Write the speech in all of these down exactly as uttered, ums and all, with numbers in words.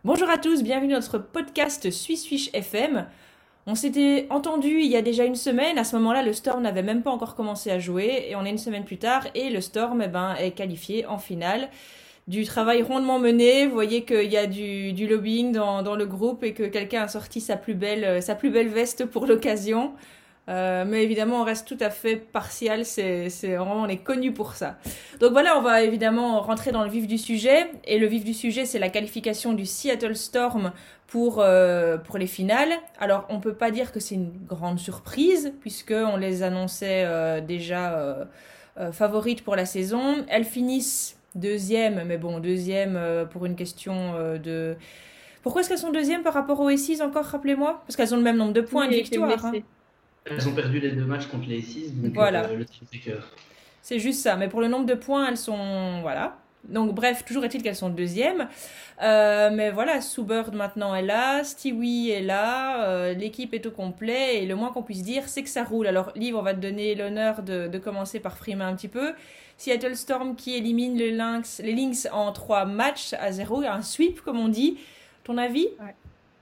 Bonjour à tous, bienvenue dans notre podcast Swiss Swish F M. On s'était entendu il y a déjà une semaine, à ce moment-là le Storm n'avait même pas encore commencé à jouer et on est une semaine plus tard et le Storm eh ben, est qualifié en finale. Du travail rondement mené, vous voyez qu'il y a du, du lobbying dans, dans le groupe et que quelqu'un a sorti sa plus belle, sa plus belle veste pour l'occasion. Euh, mais évidemment, on reste tout à fait partial. C'est, c'est vraiment, on est connu pour ça. Donc voilà, on va évidemment rentrer dans le vif du sujet. Et le vif du sujet, c'est la qualification du Seattle Storm pour euh, pour les finales. Alors, on peut pas dire que c'est une grande surprise puisque on les annonçait euh, déjà euh, euh, favorites pour la saison. Elles finissent deuxième, mais bon, deuxième euh, pour une question euh, de. Pourquoi est-ce qu'elles sont deuxième par rapport aux Aces encore, rappelez-moi? Parce qu'elles ont le même nombre de points Oui, de avec les victoire. Hein. blessés. Elles ont perdu les deux matchs contre les six, donc Voilà. euh, le tiebreaker. C'est juste ça. Mais pour le nombre de points, elles sont... Voilà. Donc bref, toujours est-il qu'elles sont deuxièmes. Euh, mais voilà, Sue Bird maintenant est là, Stewie est là, euh, l'équipe est au complet et le moins qu'on puisse dire, c'est que ça roule. Alors Liv, on va te donner l'honneur de, de commencer par frimer un petit peu. Seattle Storm qui élimine le Lynx, les Lynx en trois matchs à zéro, un sweep comme on dit. Ton avis? Ouais.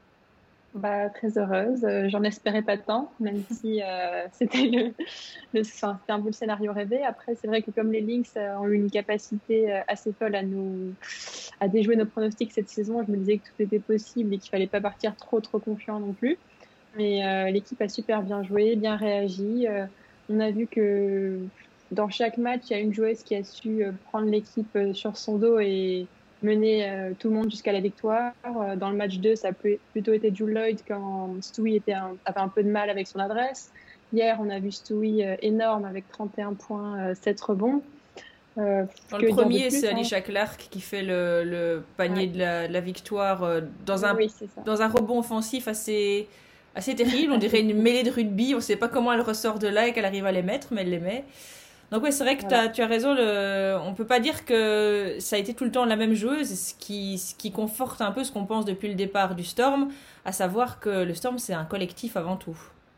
Bah, très heureuse. Euh, J'en espérais pas tant, même si euh, c'était le, le, enfin, c'était un peu le scénario rêvé. Après, c'est vrai que comme les Lynx euh, ont eu une capacité euh, assez folle à nous, à déjouer nos pronostics cette saison, je me disais que tout était possible et qu'il fallait pas partir trop, trop confiant non plus. Mais euh, l'équipe a super bien joué, bien réagi. Euh, on a vu que dans chaque match, il y a une joueuse qui a su euh, prendre l'équipe euh, sur son dos et mener euh, tout le monde jusqu'à la victoire. Euh, dans le match deux, ça a plu- plutôt été Jewel Lloyd quand Stewie était un, avait un peu de mal avec son adresse. Hier, on a vu Stewie euh, énorme avec trente et un points, euh, sept rebonds. Euh, Dans que le dire de premier, plus, c'est hein. Alicia Clark qui fait le, le panier Ouais. de la, de la victoire euh, dans un, Oui, c'est ça. dans un rebond offensif assez, assez terrible. On dirait Assez une fou. mêlée de rugby. On ne sait pas comment elle ressort de là et qu'elle arrive à les mettre, mais elle les met. Donc oui, c'est vrai que Voilà. t'as, tu as raison. Le, on ne peut pas dire que ça a été tout le temps la même joueuse, ce qui, ce qui conforte un peu ce qu'on pense depuis le départ du Storm, à savoir que le Storm, c'est un collectif avant tout.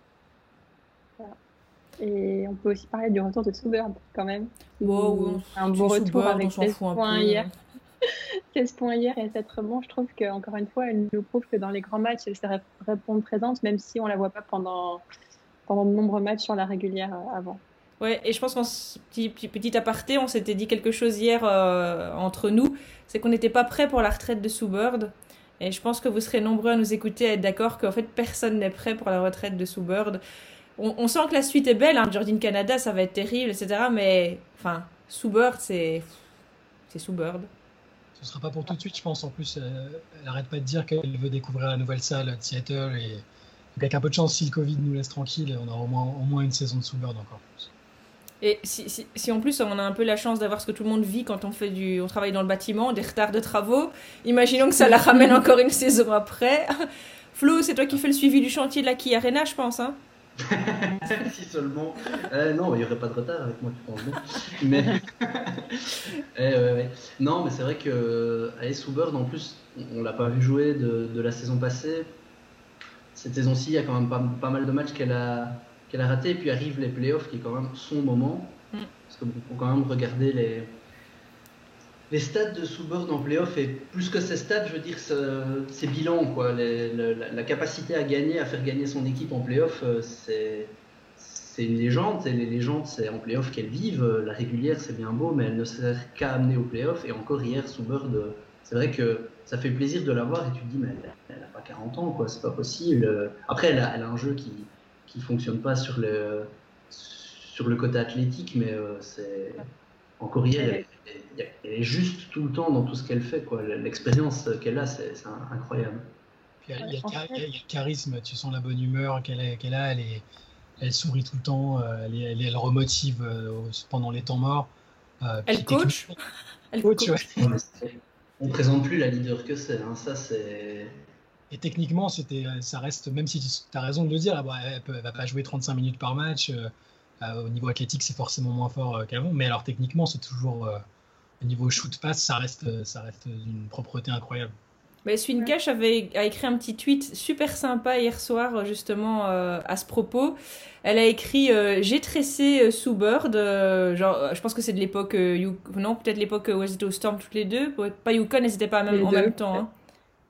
Voilà. Et on peut aussi parler du retour de Soubert quand même. Bon, oui, Qui- Un c'est beau une retour sous-bird, on avec s'en seize fout un points peu. hier. seize points hier et sept rebonds. Je trouve qu'encore une fois, elle nous prouve que dans les grands matchs, elle sait ré- répondre présente, même si on la voit pas pendant, pendant de nombreux matchs sur la régulière euh, avant. Ouais, et je pense qu'en s- petit, petit, petit aparté, on s'était dit quelque chose hier euh, entre nous, c'est qu'on n'était pas prêt pour la retraite de Sue Bird. Et je pense que vous serez nombreux à nous écouter, à être d'accord qu'en fait personne n'est prêt pour la retraite de Sue Bird. On, on sent que la suite est belle, hein. Jordan Canada, ça va être terrible, et cetera. Mais enfin, Sue Bird, c'est c'est Sue Bird. Ce sera pas pour tout de suite, je pense. En plus, euh, elle arrête pas de dire qu'elle veut découvrir la nouvelle salle de Seattle. Et donc avec un peu de chance, si le Covid nous laisse tranquille, on aura au moins, au moins une saison de Soubird encore. Et si, si, si en plus on a un peu la chance d'avoir ce que tout le monde vit quand on fait du, on travaille dans le bâtiment, des retards de travaux, imaginons que ça la ramène encore une saison après. Flo, c'est toi qui fais le suivi du chantier de la Key Arena, je pense, hein? Si seulement. Euh, non, il n'y aurait pas de retard avec moi, tu penses bien. Mais. Eh, ouais, ouais. Non, mais c'est vrai que Alice Bird, en plus, on ne l'a pas vu jouer de, de la saison passée. Cette saison-ci, il y a quand même pas, pas mal de matchs qu'elle a, qu'elle a ratés. Et puis arrivent les playoffs, qui est quand même son moment. Mm. Parce qu'il faut quand même regarder les, les stats de Soubird en playoff. Et plus que ses stats, je veux dire, ce- ses bilans, quoi. Les- le- la, la capacité à gagner, à faire gagner son équipe en playoff, euh, c'est. C'est une légende, et les légendes, c'est en playoff qu'elles vivent. La régulière, c'est bien beau, mais elle ne sert qu'à amener au playoff. Et encore hier, Soubird, c'est vrai que ça fait plaisir de la voir et tu te dis, mais elle n'a pas quarante ans, quoi, c'est pas possible. Après, elle a, elle a un jeu qui qui fonctionne pas sur le, sur le côté athlétique, mais euh, c'est encore hier, elle, elle, elle est juste tout le temps dans tout ce qu'elle fait, quoi. L'expérience qu'elle a, c'est c'est incroyable. Puis il y, a, Ouais, il y a en le char- il y a- fait, il y a le charisme, tu sens la bonne humeur qu'elle a, qu'elle a, elle, est, elle sourit tout le temps, euh, elle, est- elle, est- elle remotive euh, pendant les temps morts. Euh, Elle puis coach, techniquement, elle coach, ouais. coach. Ouais, mais c'est- on présente plus la leader que c'est, hein. Ça c'est. Et techniquement, c'était, ça reste, même si tu as raison de le dire, ah bah, elle ne va pas jouer trente-cinq minutes par match. euh, euh, au niveau athlétique, c'est forcément moins fort euh, qu'avant. Mais alors techniquement, c'est toujours, euh, au niveau shoot-pass, ça reste, euh, ça reste d'une propreté incroyable. Mais Swin Cash avait a écrit un petit tweet super sympa hier soir justement euh, à ce propos. Elle a écrit euh, j'ai tressé euh, Sue Bird, euh, genre euh, je pense que c'est de l'époque euh, You- non peut-être l'époque euh, où elles étaient au Storm toutes les deux, pas Yukon, elles étaient pas même, les en deux. même temps. Hein.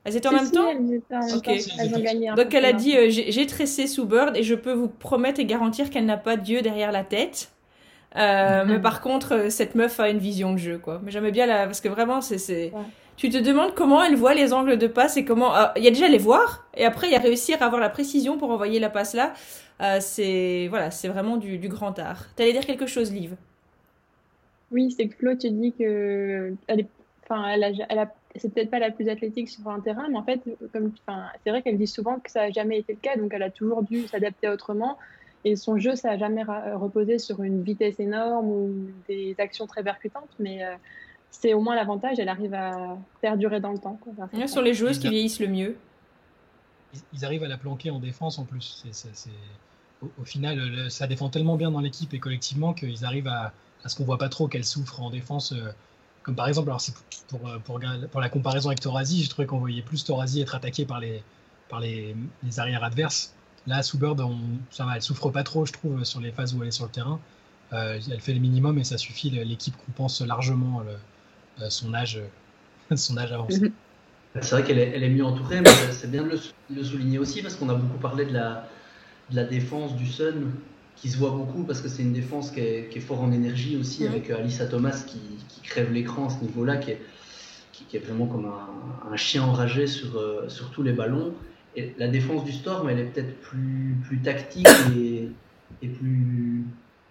Elles étaient en Si, même si, temps elles étaient en même Ok. temps. Elles ont gagné un Donc peu elle a plus dit euh, j'ai, j'ai tressé Sue Bird et je peux vous promettre et garantir qu'elle n'a pas Dieu derrière la tête. Euh, mais par contre, euh, cette meuf a une vision de jeu, quoi. Mais j'aimais bien la... Parce que vraiment, c'est... c'est... Ouais. Tu te demandes comment elle voit les angles de passe et comment... ah, il y a déjà les voir, et après, il y a réussir à avoir la précision pour envoyer la passe là. Euh, c'est... Voilà, c'est vraiment du, du grand art. T'allais dire quelque chose, Liv? Oui, c'est que Flo te dit que elle est, enfin, elle a, elle a, c'est peut-être pas la plus athlétique sur un terrain, mais en fait, comme, enfin, c'est vrai qu'elle dit souvent que ça a jamais été le cas, donc elle a toujours dû s'adapter autrement. Et son jeu, ça a jamais ra- reposé sur une vitesse énorme ou des actions très percutantes, mais euh, c'est au moins l'avantage, elle arrive à perdurer dans le temps, quoi, grâce à Ce ça. sont les joueuses qui Ils, a- vieillissent le mieux. ils- ils arrivent à la planquer en défense en plus. C'est, c'est- c'est- Au, au final, le- ça défend tellement bien dans l'équipe et collectivement qu'ils arrivent à, à ce qu'on voit pas trop qu'elle souffre en défense. euh, Comme par exemple, alors c'est pour, pour, pour, pour la comparaison avec Torazi, j'ai trouvé qu'on voyait plus Torazi être attaqué par les, par les, les arrières adverses. Là, Sue Bird, on- ça va, elle souffre pas trop, je trouve, sur les phases où elle est sur le terrain. Euh, elle fait le minimum et ça suffit. L'équipe compense largement le- euh, son âge, son âge avancé. C'est vrai qu'elle est, elle est mieux entourée, mais c'est bien de le, le souligner aussi parce qu'on a beaucoup parlé de la, de la défense du Sun qui se voit beaucoup parce que c'est une défense qui est, qui est fort en énergie aussi, Mhm. avec euh, Alyssa Thomas qui, qui crève l'écran à ce niveau-là, qui est, qui, qui est vraiment comme un, un chien enragé sur, euh, sur tous les ballons. Et la défense du Storm, elle est peut-être plus, plus tactique et, et plus,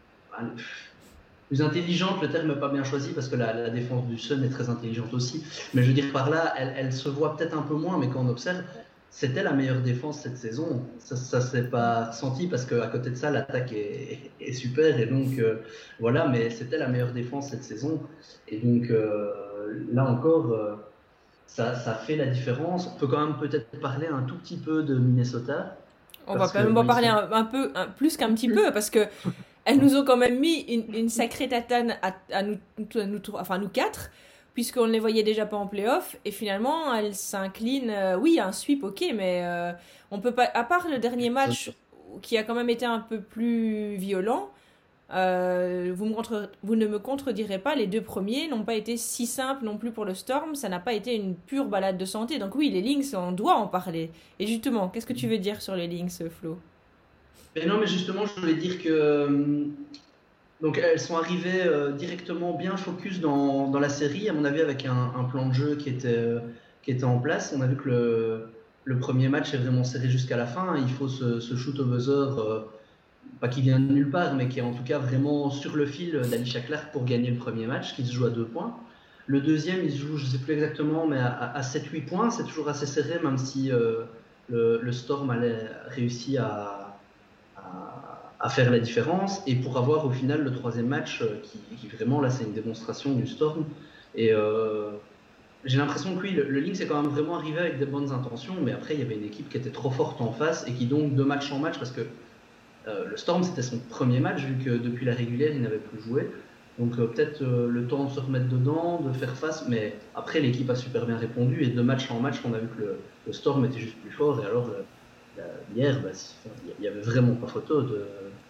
plus intelligente. Le terme n'est pas bien choisi parce que la, la défense du Sun est très intelligente aussi. Mais je veux dire par là, elle, elle se voit peut-être un peu moins, mais quand on observe, c'était la meilleure défense cette saison. Ça ne s'est pas ressenti parce qu'à côté de ça, l'attaque est, est super. Et donc, euh, voilà, mais c'était la meilleure défense cette saison. Et donc, euh, là encore, euh, ça, ça fait la différence. On peut quand même peut-être parler un tout petit peu de Minnesota. On va Parce quand que, même en oui, parler c'est- un, un peu, un- plus qu'un petit peu, parce que elles nous ont quand même mis une, une sacrée tatane à, à nous, à nous, trois- enfin nous quatre, puisqu'on ne les voyait déjà pas en play-off, et finalement elles s'inclinent. euh, oui, un sweep, ok, mais euh, on peut pas. À part le dernier match qui a quand même été un peu plus violent, euh, vous, me contre, vous ne me contredirez pas, les deux premiers n'ont pas été si simples non plus pour le Storm, ça n'a pas été une pure balade de santé. Donc oui, les Lynx, on doit en parler. Et justement, qu'est-ce que tu veux dire sur les Lynx, Flo? Mais non, mais justement, je voulais dire que euh, donc elles sont arrivées euh, directement bien focus dans, dans la série, à mon avis, avec un, un plan de jeu qui était, euh, qui était en place. On a vu que le, le premier match est vraiment serré jusqu'à la fin. Il faut ce, ce shoot au buzzer, euh, pas qui vient de nulle part, mais qui est en tout cas vraiment sur le fil d'Alisha Clark pour gagner le premier match, qui se joue à deux points. Le deuxième, il se joue, je ne sais plus exactement, mais à, à sept huit points. C'est toujours assez serré, même si euh, le, le Storm a réussi à, à, à faire la différence. Et pour avoir au final le troisième match, euh, qui, qui vraiment, là, c'est une démonstration du Storm. Et euh, j'ai l'impression que oui, le, le Lynx est quand même vraiment arrivé avec des bonnes intentions, mais après, il y avait une équipe qui était trop forte en face et qui donc, de match en match, parce que euh, le Storm, c'était son premier match, vu que depuis la régulière, il n'avait plus joué. Donc euh, peut-être euh, le temps de se remettre dedans, de faire face, mais après l'équipe a super bien répondu et de match en match on a vu que le, le Storm était juste plus fort et alors euh, la, hier bah, il n'y avait vraiment pas photo de...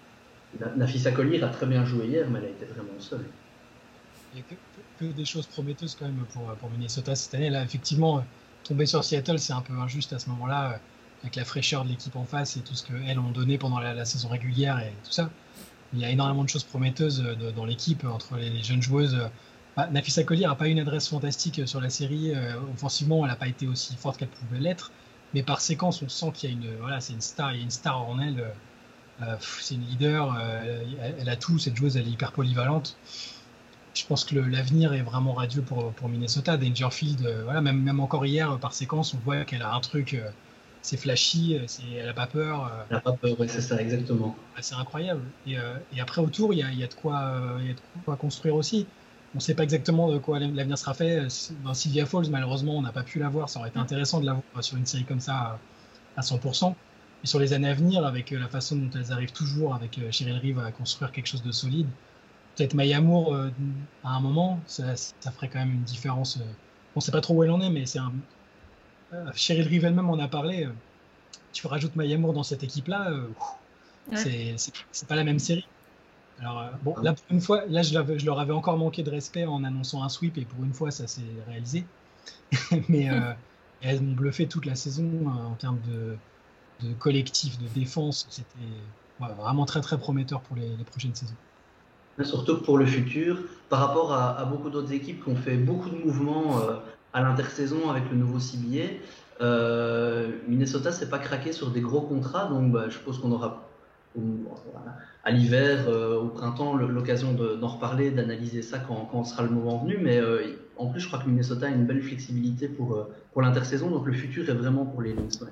Nafisa Collier a très bien joué hier mais elle a été vraiment seule. Il y a que, que, que des choses prometteuses quand même pour, pour Minnesota cette année. Là effectivement euh, tomber sur Seattle c'est un peu injuste à ce moment-là euh, avec la fraîcheur de l'équipe en face et tout ce qu'elles ont donné pendant la, la saison régulière et tout ça. Il y a énormément de choses prometteuses de, dans l'équipe entre les, les jeunes joueuses. Bah, Nafisa Collier n'a pas une adresse fantastique sur la série. Euh, offensivement, elle n'a pas été aussi forte qu'elle pouvait l'être. Mais par séquence, on sent qu'il y a une, voilà, c'est une star, il y a une star en elle. Euh, c'est une leader. Euh, elle, elle a tout. Cette joueuse, elle est hyper polyvalente. Je pense que le, l'avenir est vraiment radieux pour, pour Minnesota. Dangerfield, euh, voilà, même, même encore hier, par séquence, on voit qu'elle a un truc. Euh, c'est flashy, c'est, elle n'a pas peur. Euh, elle n'a pas peur, ouais, c'est ça, exactement. C'est incroyable. Et, euh, et après, autour, il y a, y a de quoi, euh, y a de quoi construire aussi. On ne sait pas exactement de quoi l'avenir sera fait. Dans Sylvia Falls, malheureusement, on n'a pas pu la voir. Ça aurait été intéressant de la voir sur une série comme ça à cent pour cent. Et sur les années à venir, avec la façon dont elles arrivent toujours, avec Cheryl Reeve à construire quelque chose de solide, peut-être Maya Moore, euh, à un moment, ça, ça ferait quand même une différence. On ne sait pas trop où elle en est, mais c'est un... Euh, Cheryl Reeve elle-même en a parlé. Euh, tu rajoutes Maya Moore dans cette équipe-là, euh, ouais. c'est, c'est, c'est pas la même série. Alors, euh, bon, là, pour une fois, là, je, je leur avais encore manqué de respect en annonçant un sweep, et pour une fois, ça s'est réalisé. mais, euh, elles m'ont bluffé toute la saison euh, en termes de, de collectif, de défense. C'était ouais, vraiment très très prometteur pour les, les prochaines saisons. Surtout que pour le futur, par rapport à, à beaucoup d'autres équipes qui ont fait beaucoup de mouvements euh, à l'intersaison avec le nouveau C B A, euh, Minnesota s'est pas craqué sur des gros contrats, donc bah, je suppose qu'on aura voilà, à l'hiver, euh, au printemps, l'occasion de, d'en reparler, d'analyser ça quand, quand sera le moment venu. Mais euh, en plus, je crois que Minnesota a une belle flexibilité pour, euh, pour l'intersaison, donc le futur est vraiment pour les Lynx. Ouais.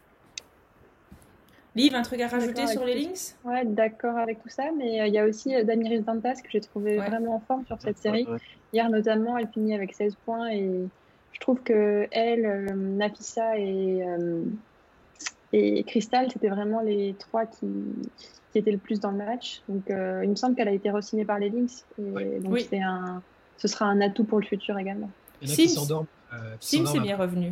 Liv, un truc à rajouter sur les tout... Lynx? Ouais, d'accord avec tout ça, mais il euh, y a aussi euh, Damiris Dantas que j'ai trouvé ouais. vraiment en forme sur cette série. Ouais, ouais. Hier notamment, elle finit avec seize points et je trouve que elle, euh, Nafissa et, euh, et Crystal, c'était vraiment les trois qui, qui étaient le plus dans le match. Donc euh, il me semble qu'elle a été re-signée par les Lynx et ouais. donc oui. c'est un, ce sera un atout pour le futur également. Il y en a qui s'endorment. Euh, Sims est bien revenu.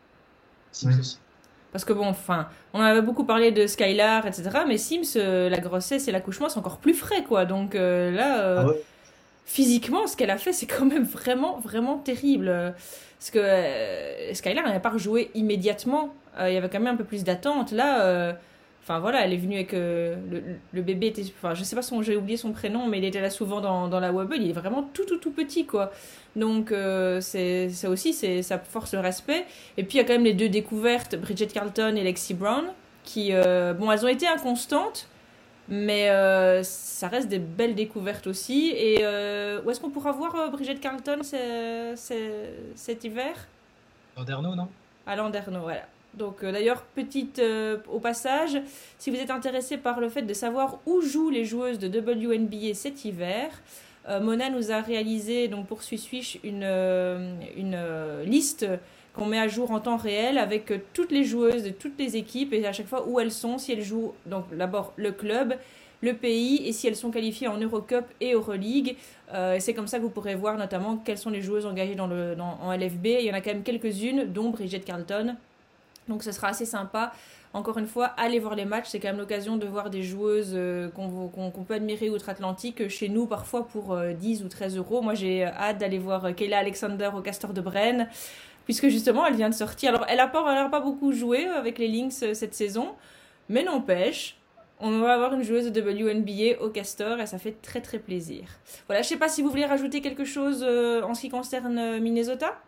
Sims oui. aussi. Parce que bon, enfin, on avait beaucoup parlé de Skylar, et cetera. Mais Sims, euh, la grossesse et l'accouchement, c'est encore plus frais, quoi. Donc euh, là, euh, ah ouais. physiquement, ce qu'elle a fait, c'est quand même vraiment, vraiment terrible. Parce que euh, Skylar n'avait pas rejoué immédiatement. Euh, il y avait quand même un peu plus d'attente. Là, euh, enfin voilà, elle est venue avec euh, le, le bébé était, enfin, je sais pas son, j'ai oublié son prénom, mais il était là souvent dans, dans la Wobble. Il est vraiment tout, tout, tout petit, quoi. Donc euh, c'est, ça aussi, c'est, ça force le respect. Et puis il y a quand même les deux découvertes, Bridget Carlton et Lexi Brown, qui, euh, bon, elles ont été inconstantes, mais euh, ça reste des belles découvertes aussi. Et euh, où est-ce qu'on pourra voir euh, Bridget Carlton c'est, c'est, cet hiver? À Landerneau, non? À Landerneau, voilà. Donc euh, d'ailleurs, petite euh, au passage, si vous êtes intéressé par le fait de savoir où jouent les joueuses de W N B A cet hiver, euh, Mona nous a réalisé donc pour Swiss Swish une, euh, une euh, liste qu'on met à jour en temps réel avec euh, toutes les joueuses de toutes les équipes et à chaque fois où elles sont, si elles jouent donc d'abord le club, le pays et si elles sont qualifiées en Eurocup et Euroleague. Euh, et c'est comme ça que vous pourrez voir notamment quelles sont les joueuses engagées dans le, dans, en L F B. Il y en a quand même quelques-unes, dont Bridget Carlton. Donc ce sera assez sympa. Encore une fois, allez voir les matchs. C'est quand même l'occasion de voir des joueuses euh, qu'on, qu'on, qu'on peut admirer outre-Atlantique chez nous parfois pour euh, dix ou treize euros. Moi j'ai hâte d'aller voir Kayla Alexander au Castor de Brenne, puisque justement elle vient de sortir. Alors elle n'a pas, elle a pas beaucoup joué avec les Lynx euh, cette saison, mais n'empêche, on va avoir une joueuse de W N B A au Castor et ça fait très très plaisir. Voilà, je ne sais pas si vous voulez rajouter quelque chose euh, en ce qui concerne euh, Minnesota.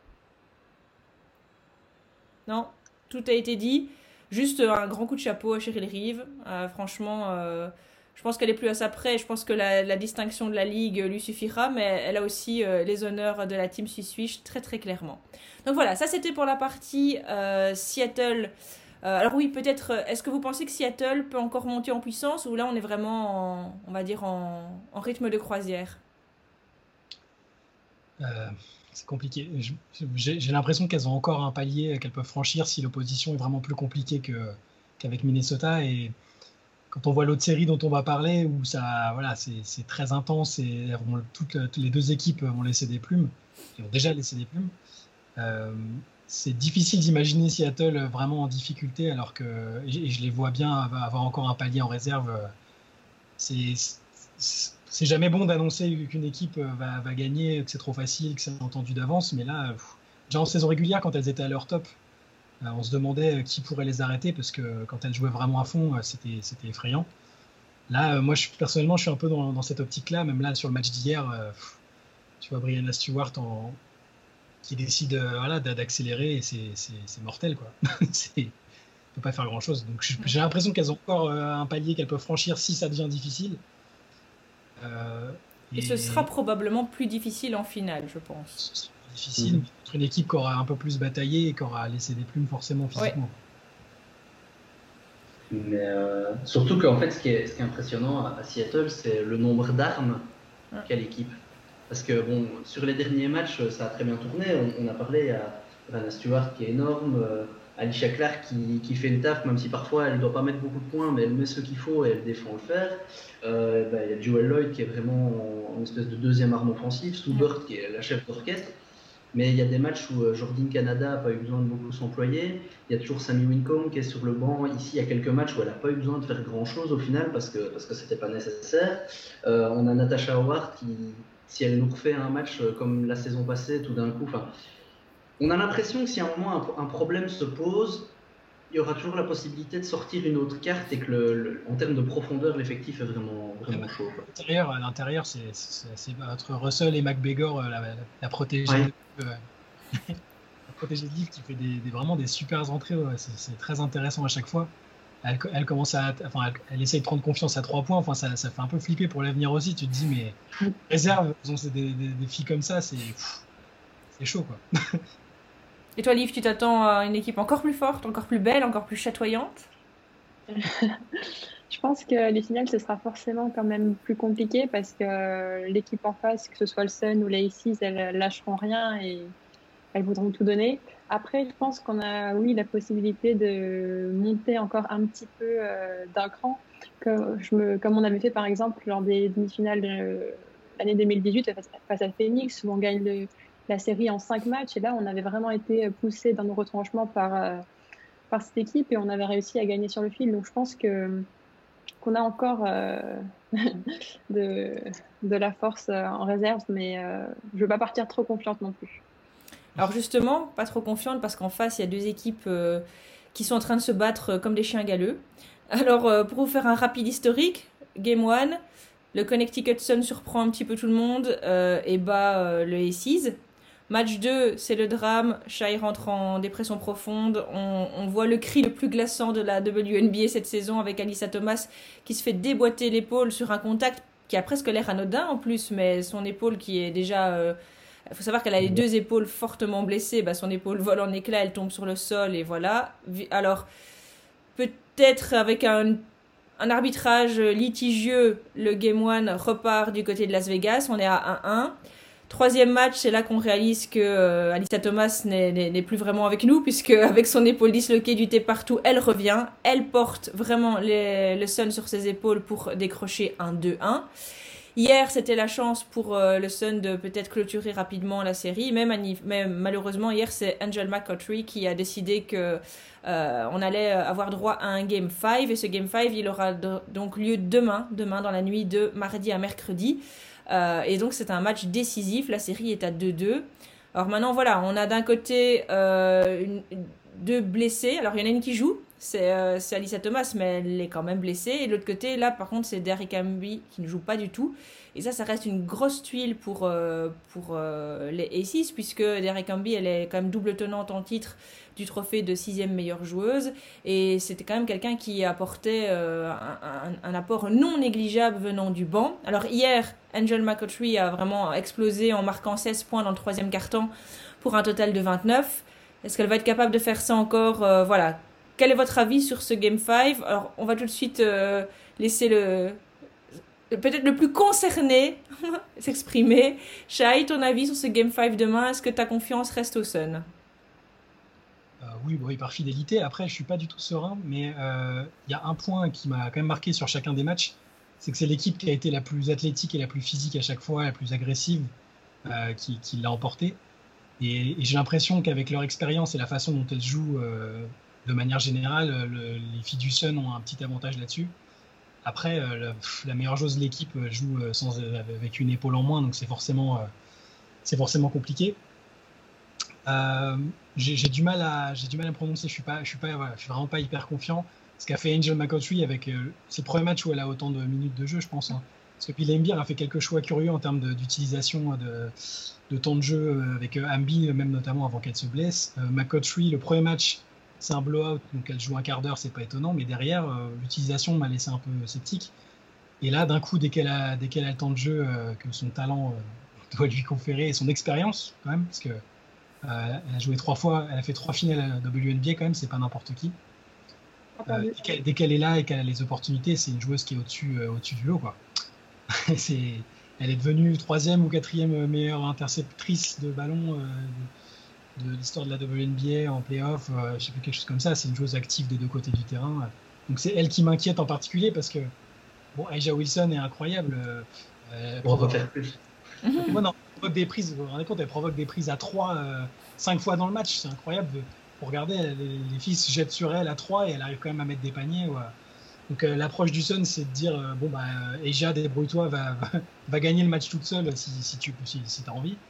Non ? Tout a été dit. Juste un grand coup de chapeau à Cheryl Reeve. Euh, franchement, euh, je pense qu'elle est plus à sa près. Je pense que la, la distinction de la Ligue lui suffira, mais elle a aussi euh, les honneurs de la team Swiss Swish très très clairement. Donc voilà, ça c'était pour la partie euh, Seattle. Euh, alors oui, peut-être, est-ce que vous pensez que Seattle peut encore monter en puissance ou là on est vraiment, en, on va dire, en, en rythme de croisière? euh... C'est compliqué. J'ai, j'ai l'impression qu'elles ont encore un palier qu'elles peuvent franchir si l'opposition est vraiment plus compliquée que, qu'avec Minnesota. Et quand on voit l'autre série dont on va parler, où ça, voilà, c'est, c'est très intense et vont, toutes, toutes les deux équipes vont laisser des plumes, et ont déjà laissé des plumes, euh, c'est difficile d'imaginer Seattle vraiment en difficulté, alors que et je les vois bien avoir encore un palier en réserve. C'est... c'est C'est jamais bon d'annoncer qu'une équipe va, va gagner, que c'est trop facile, que c'est entendu d'avance. Mais là, pff, déjà en saison régulière, quand elles étaient à leur top, euh, on se demandait qui pourrait les arrêter parce que quand elles jouaient vraiment à fond, euh, c'était, c'était effrayant. Là, euh, moi, je, personnellement, je suis un peu dans, dans cette optique-là. Même là, sur le match d'hier, euh, pff, tu vois Brianna Stewart en, qui décide euh, voilà, d'accélérer et c'est, c'est, c'est mortel, quoi. c'est, on ne peut pas faire grand-chose. Donc, j'ai l'impression qu'elles ont encore euh, un palier qu'elles peuvent franchir si ça devient difficile. Euh, et, et ce sera probablement plus difficile en finale, je pense. Ce sera plus difficile mmh. contre une équipe qui aura un peu plus bataillé et qui aura laissé des plumes forcément physiquement. Ouais. Mais euh, surtout qu'en fait, ce qui est, ce qui est impressionnant à Seattle, c'est le nombre d'armes ouais. qu'a l'équipe. Parce que bon, sur les derniers matchs, ça a très bien tourné. On, on a parlé à Brianna Stewart qui est énorme, euh, Alicia Clark qui, qui fait le taf, même si parfois elle ne doit pas mettre beaucoup de points, mais elle met ce qu'il faut et elle défend le faire. Euh, bah, il y a Joel Lloyd qui est vraiment en, en espèce de deuxième arme offensive, Soubert qui est la chef d'orchestre. Mais il y a des matchs où euh, Jordan Canada n'a pas eu besoin de beaucoup s'employer. Il y a toujours Sammy Wincombe qui est sur le banc. Ici, il y a quelques matchs où elle n'a pas eu besoin de faire grand-chose au final parce que parce que c'était pas nécessaire. Euh, on a Natasha Howard qui, si elle nous refait un match comme la saison passée, tout d'un coup, enfin. on a l'impression que si à un moment un, un problème se pose, il y aura toujours la possibilité de sortir une autre carte et que le, le, en termes de profondeur, l'effectif est vraiment, vraiment chaud. Quoi. À l'intérieur, à l'intérieur c'est, c'est, c'est entre Russell et McBegor, la, la, la protégée ouais. de, euh, la protégée de Leaf qui fait des, des, vraiment des super entrées. Ouais. C'est, c'est très intéressant à chaque fois. Elle, elle commence à, enfin, elle, elle essaye de prendre confiance à trois points. Enfin, ça, ça fait un peu flipper pour l'avenir aussi. Tu te dis, mais réserve, c'est des, des, des filles comme ça, c'est, pff, c'est chaud, quoi. Et toi, Liv, tu t'attends à une équipe encore plus forte, encore plus belle, encore plus chatoyante? Je pense que les finales, ce sera forcément quand même plus compliqué parce que l'équipe en face, que ce soit le Sun ou les Aces, elles lâcheront rien et elles voudront tout donner. Après, je pense qu'on a, oui, la possibilité de monter encore un petit peu euh, d'un cran, comme, je me, comme on avait fait par exemple lors des demi-finales de l'année deux mille dix-huit face, face à Phoenix, où on gagne le, la série en cinq matchs. Et là, on avait vraiment été poussé dans nos retranchements par, euh, par cette équipe et on avait réussi à gagner sur le fil. Donc, je pense que qu'on a encore euh, de, de la force en réserve, mais euh, je ne veux pas partir trop confiante non plus. Alors justement, pas trop confiante parce qu'en face, il y a deux équipes euh, qui sont en train de se battre comme des chiens galeux. Alors, euh, pour vous faire un rapide historique, Game un, le Connecticut Sun surprend un petit peu tout le monde euh, et bat euh, le Aces. Match deux, c'est le drame. Shai rentre en dépression profonde. On, on voit le cri le plus glaçant de la W N B A cette saison avec Alyssa Thomas qui se fait déboîter l'épaule sur un contact qui a presque l'air anodin en plus, mais son épaule qui est déjà... Il euh, faut savoir qu'elle a les deux épaules fortement blessées. Bah, son épaule vole en éclats, elle tombe sur le sol et voilà. Alors, peut-être avec un... un arbitrage litigieux, le Game un repart du côté de Las Vegas. On est à un un. Troisième match, c'est là qu'on réalise que euh, Alyssa Thomas n'est, n'est, n'est plus vraiment avec nous, puisque avec son épaule disloquée du thé partout, elle revient. Elle porte vraiment les, le Sun sur ses épaules pour décrocher un deux un. Hier, c'était la chance pour euh, le Sun de peut-être clôturer rapidement la série. Même, même malheureusement, hier, c'est Angel McCoughtry qui a décidé que euh, on allait avoir droit à un Game cinq. Et ce Game cinq, il aura de, donc lieu demain, demain dans la nuit de mardi à mercredi. Euh, et donc c'est un match décisif, la série est à deux deux. Alors maintenant voilà, on a d'un côté euh, une, deux blessés, alors il y en a une qui joue, c'est, euh, c'est Alyssa Thomas, mais elle est quand même blessée, et de l'autre côté là par contre c'est Derrick Hamby qui ne joue pas du tout, et ça ça reste une grosse tuile pour, euh, pour euh, les Aces, puisque Derrick Hamby elle est quand même double tenante en titre du trophée de sixième meilleure joueuse, et c'était quand même quelqu'un qui apportait euh, un, un, un apport non négligeable venant du banc. Alors hier, Angel McCoughtry a vraiment explosé en marquant seize points dans le troisième quart-temps pour un total de vingt-neuf. Est-ce qu'elle va être capable de faire ça encore euh, Voilà. Quel est votre avis sur ce Game cinq? Alors, on va tout de suite euh, laisser le... peut-être le plus concerné s'exprimer. Shai, ton avis sur ce Game cinq demain? Est-ce que ta confiance reste au Sun? Euh, oui, bon, oui, par fidélité. Après, je suis pas du tout serein, mais il euh, y a un point qui m'a quand même marqué sur chacun des matchs, c'est que c'est l'équipe qui a été la plus athlétique et la plus physique à chaque fois, la plus agressive, euh, qui, qui l'a emporté. Et, et j'ai l'impression qu'avec leur expérience et la façon dont elles jouent euh, de manière générale, le, les filles du Sun ont un petit avantage là-dessus. Après, euh, la, la meilleure joueuse de l'équipe joue sans, avec une épaule en moins, donc c'est forcément, euh, c'est forcément compliqué. Euh, j'ai, j'ai du mal à j'ai du mal à me prononcer. Je suis pas je suis pas voilà, je suis vraiment pas hyper confiant. Ce qu'a fait Angel McCoughtry avec euh, ses premiers matchs où elle a autant de minutes de jeu, je pense. Hein. Parce que puis Laimbeer a fait quelques choix curieux en termes de, d'utilisation de, de temps de jeu avec euh, Hamby, même notamment avant qu'elle se blesse. Euh, McCoughtry, le premier match, c'est un blowout, donc elle joue un quart d'heure, c'est pas étonnant, mais derrière euh, l'utilisation m'a laissé un peu sceptique. Et là, d'un coup, dès qu'elle a dès qu'elle a le temps de jeu euh, que son talent euh, doit lui conférer et son expérience quand même, parce que Euh, elle a joué trois fois, elle a fait trois finales à W N B A quand même, c'est pas n'importe qui. Euh, dès, qu'elle, dès qu'elle est là et qu'elle a les opportunités, c'est une joueuse qui est au-dessus, euh, au-dessus du lot, quoi. c'est, elle est devenue troisième ou quatrième meilleure interceptrice de ballon euh, de, de l'histoire de la W N B A en play-off, euh, je sais plus, quelque chose comme ça. C'est une joueuse active des deux côtés du terrain. Donc c'est elle qui m'inquiète en particulier parce que bon, A'ja Wilson est incroyable. Euh, On va pas faire plus. Moi, non, elle provoque des prises, vous vous rendez compte, elle provoque des prises à trois, euh, cinq fois dans le match, c'est incroyable. Pour regarder, les, les filles se jettent sur elle à trois et elle arrive quand même à mettre des paniers. Ouais. Donc euh, l'approche du Sun, c'est de dire euh, bon bah A'ja, débrouille-toi, va, va, va gagner le match toute seule si, si tu si, si as envie.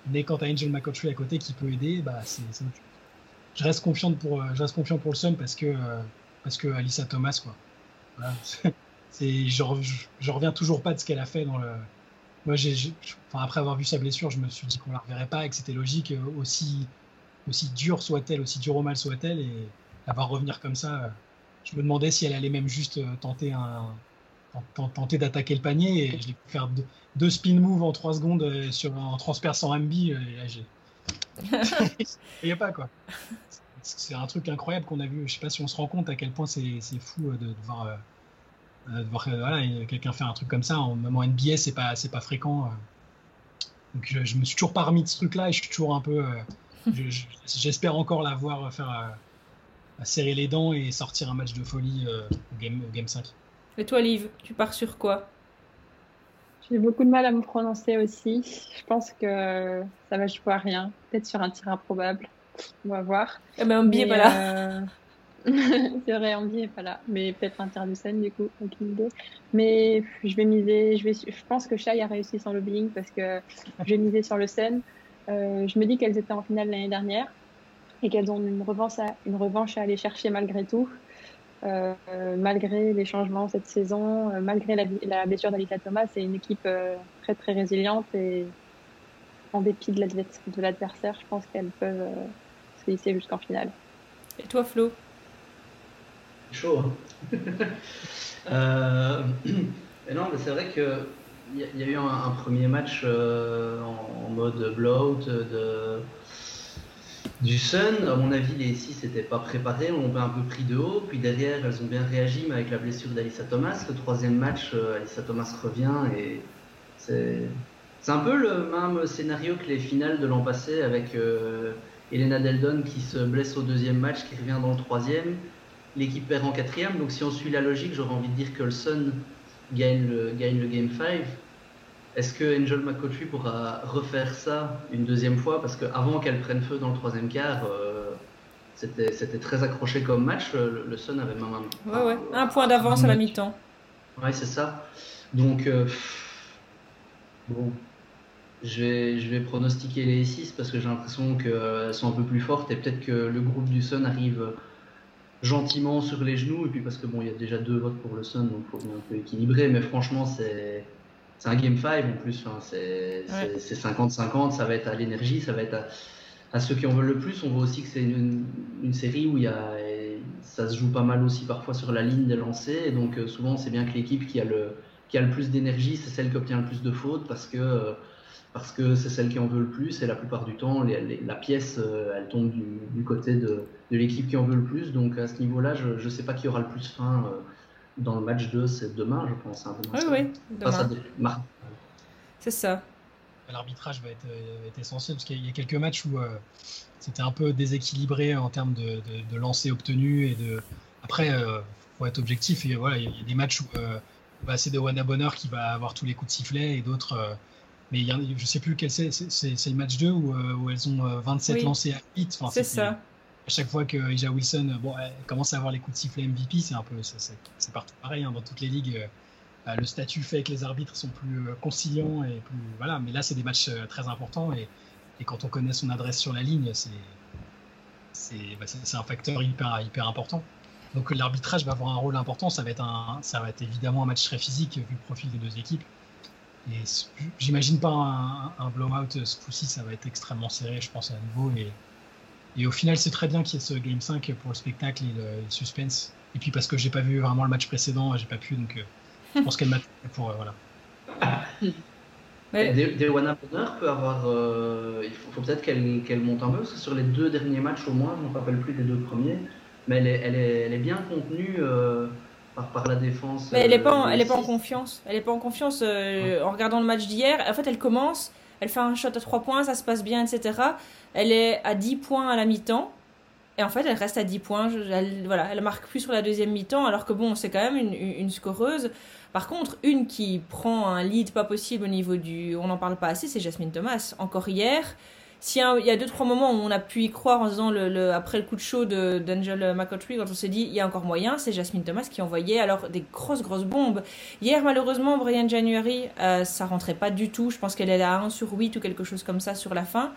Mais quand tu as Angel McCoughtry à côté qui peut aider, bah, c'est, c'est... Je, reste confiant pour, je reste confiant pour le Sun parce que, euh, parce que Alyssa Thomas, quoi. Voilà. C'est, je, je, je reviens toujours pas de ce qu'elle a fait dans le. Moi, j'ai, j'ai, enfin, après avoir vu sa blessure, je me suis dit qu'on la reverrait pas et que c'était logique, aussi, aussi dure soit-elle, aussi dure au mal soit-elle, et la voir revenir comme ça, je me demandais si elle allait même juste tenter un, tenter d'attaquer le panier, et je l'ai pu faire deux, deux spin moves en trois secondes sur, en transperçant M B, et là, j'ai. Il n'y a pas, quoi. C'est un truc incroyable qu'on a vu. Je sais pas si on se rend compte à quel point c'est, c'est fou de, de voir. Euh, de voir voilà, quelqu'un faire un truc comme ça, en, même en N B A, c'est pas, c'est pas fréquent. Donc je, je me suis toujours pas remis de ce truc-là, et je suis toujours un peu. Euh, je, je, j'espère encore la voir faire euh, serrer les dents et sortir un match de folie euh, au, game, au Game cinq. Et toi, Liv, tu pars sur quoi? J'ai beaucoup de mal à me prononcer aussi. Je pense que ça va jouer à rien. Peut-être sur un tir improbable. On va voir. Eh ben, Ambi est pas là. Euh... c'est vrai, Ambi est pas là. Mais peut-être un tir du Sun, du coup. Aucune idée. Mais je vais miser. Je, vais... je pense que Shai a réussi son lobbying parce que je vais miser sur le Sun. Euh, je me dis qu'elles étaient en finale l'année dernière et qu'elles ont une revanche à, une revanche à aller chercher malgré tout. Euh, malgré les changements cette saison, euh, malgré la, la blessure d'Alyssa Thomas, c'est une équipe euh, très très résiliente, et en dépit de, de l'adversaire, je pense qu'elles peuvent euh, se hisser jusqu'en finale. Et toi, Flo? Chaud. Hein. euh, mais non, mais c'est vrai que il y, y a eu un, un premier match euh, en, en mode blowout de du Sun. À mon avis, les six n'étaient pas préparés, on l'a un peu pris de haut, puis derrière elles ont bien réagi, mais avec la blessure d'Alyssa Thomas, le troisième match, euh, Alyssa Thomas revient, et c'est, c'est un peu le même scénario que les finales de l'an passé, avec euh, Elena Delle Donne qui se blesse au deuxième match, qui revient dans le troisième, l'équipe perd en quatrième, donc si on suit la logique, j'aurais envie de dire que le Sun gagne le, gagne le Game cinq. Est-ce que Angel McCoughtry pourra refaire ça une deuxième fois? Parce qu'avant qu'elle prenne feu dans le troisième quart, euh, c'était, c'était très accroché comme match. Le, le Sun avait même un, ouais, ouais. un point d'avance à la mi-temps. Ouais, c'est ça. Donc, euh, bon, je vais, je vais pronostiquer les six parce que j'ai l'impression qu'elles sont un peu plus fortes, et peut-être que le groupe du Sun arrive gentiment sur les genoux, et puis parce que bon, il y a déjà deux votes pour le Sun, donc il faut bien un peu équilibrer, mais franchement, c'est. C'est un Game cinq en plus, hein. c'est, ouais. c'est, c'est cinquante cinquante, ça va être à l'énergie, ça va être à, à ceux qui en veulent le plus. On voit aussi que c'est une, une série où il y a, ça se joue pas mal aussi parfois sur la ligne des lancers, et donc euh, souvent c'est bien que l'équipe qui a, le, qui a le plus d'énergie, c'est celle qui obtient le plus de fautes, parce que, euh, parce que c'est celle qui en veut le plus, et la plupart du temps les, les, la pièce euh, elle tombe du, du côté de, de l'équipe qui en veut le plus. Donc à ce niveau-là, je ne sais pas qui aura le plus faim. Euh, Dans le match deux, c'est demain, je pense. Hein, demain, oui, oui, demain. Ça, ça c'est ça. L'arbitrage va être, va être essentiel, parce qu'il y a quelques matchs où euh, c'était un peu déséquilibré en termes de, de, de lancers obtenus. Et de... Après, il euh, faut être objectif. Et voilà, il y a des matchs où euh, bah, c'est de Wanna Bonheur qui va avoir tous les coups de sifflet, et d'autres. Euh, mais il y a, je ne sais plus quel c'est. C'est, c'est, c'est le match deux où, où elles ont vingt-sept oui. lancés à huit. Enfin, c'est ça. À chaque fois que A'ja Wilson bon, elle commence à avoir les coups de sifflet M V P, c'est un peu, c'est, c'est, c'est partout pareil, hein, dans toutes les ligues. Euh, le statut fait que les arbitres sont plus euh, conciliants et plus voilà. Mais là, c'est des matchs euh, très importants, et, et quand on connaît son adresse sur la ligne, c'est c'est, bah, c'est, c'est un facteur hyper hyper important. Donc l'arbitrage va avoir un rôle important. Ça va être un, ça va être évidemment un match très physique vu le profil des deux équipes. Et j'imagine pas un, un blowout ce coup-ci. Ça va être extrêmement serré, je pense, à nouveau. Et Et au final, c'est très bien qu'il y ait ce Game cinq pour le spectacle et le, le suspense. Et puis parce que j'ai pas vu vraiment le match précédent, j'ai pas pu, donc euh, je pense qu'elle m'a pour euh, voilà. Ouais. Des, des Wanna Bonheur peut avoir. Euh, il faut, faut peut-être qu'elle, qu'elle monte un peu, parce que sur les deux derniers matchs au moins, je ne me rappelle plus des deux premiers, mais elle est, elle est, elle est bien contenue euh, par, par la défense. Mais elle n'est pas, euh, pas en confiance. Elle est pas en confiance euh, ouais. En regardant le match d'hier. En fait, elle commence. Elle fait un shot à trois points, ça se passe bien, et cetera. Elle est à dix points à la mi-temps. Et en fait, elle reste à dix points. Elle, voilà, elle marque plus sur la deuxième mi-temps, alors que bon, c'est quand même une, une scoreuse. Par contre, une qui prend un lead pas possible au niveau du... On n'en parle pas assez, c'est Jasmine Thomas. Encore hier, tiens, il y a deux trois moments où on a pu y croire en disant le, le après le coup de chaud de d'Angel McCoughtry, quand on s'est dit il y a encore moyen, c'est Jasmine Thomas qui envoyait alors des grosses grosses bombes. Hier malheureusement Brian January, euh, ça rentrait pas du tout. Je pense qu'elle est à un sur huit ou quelque chose comme ça sur la fin.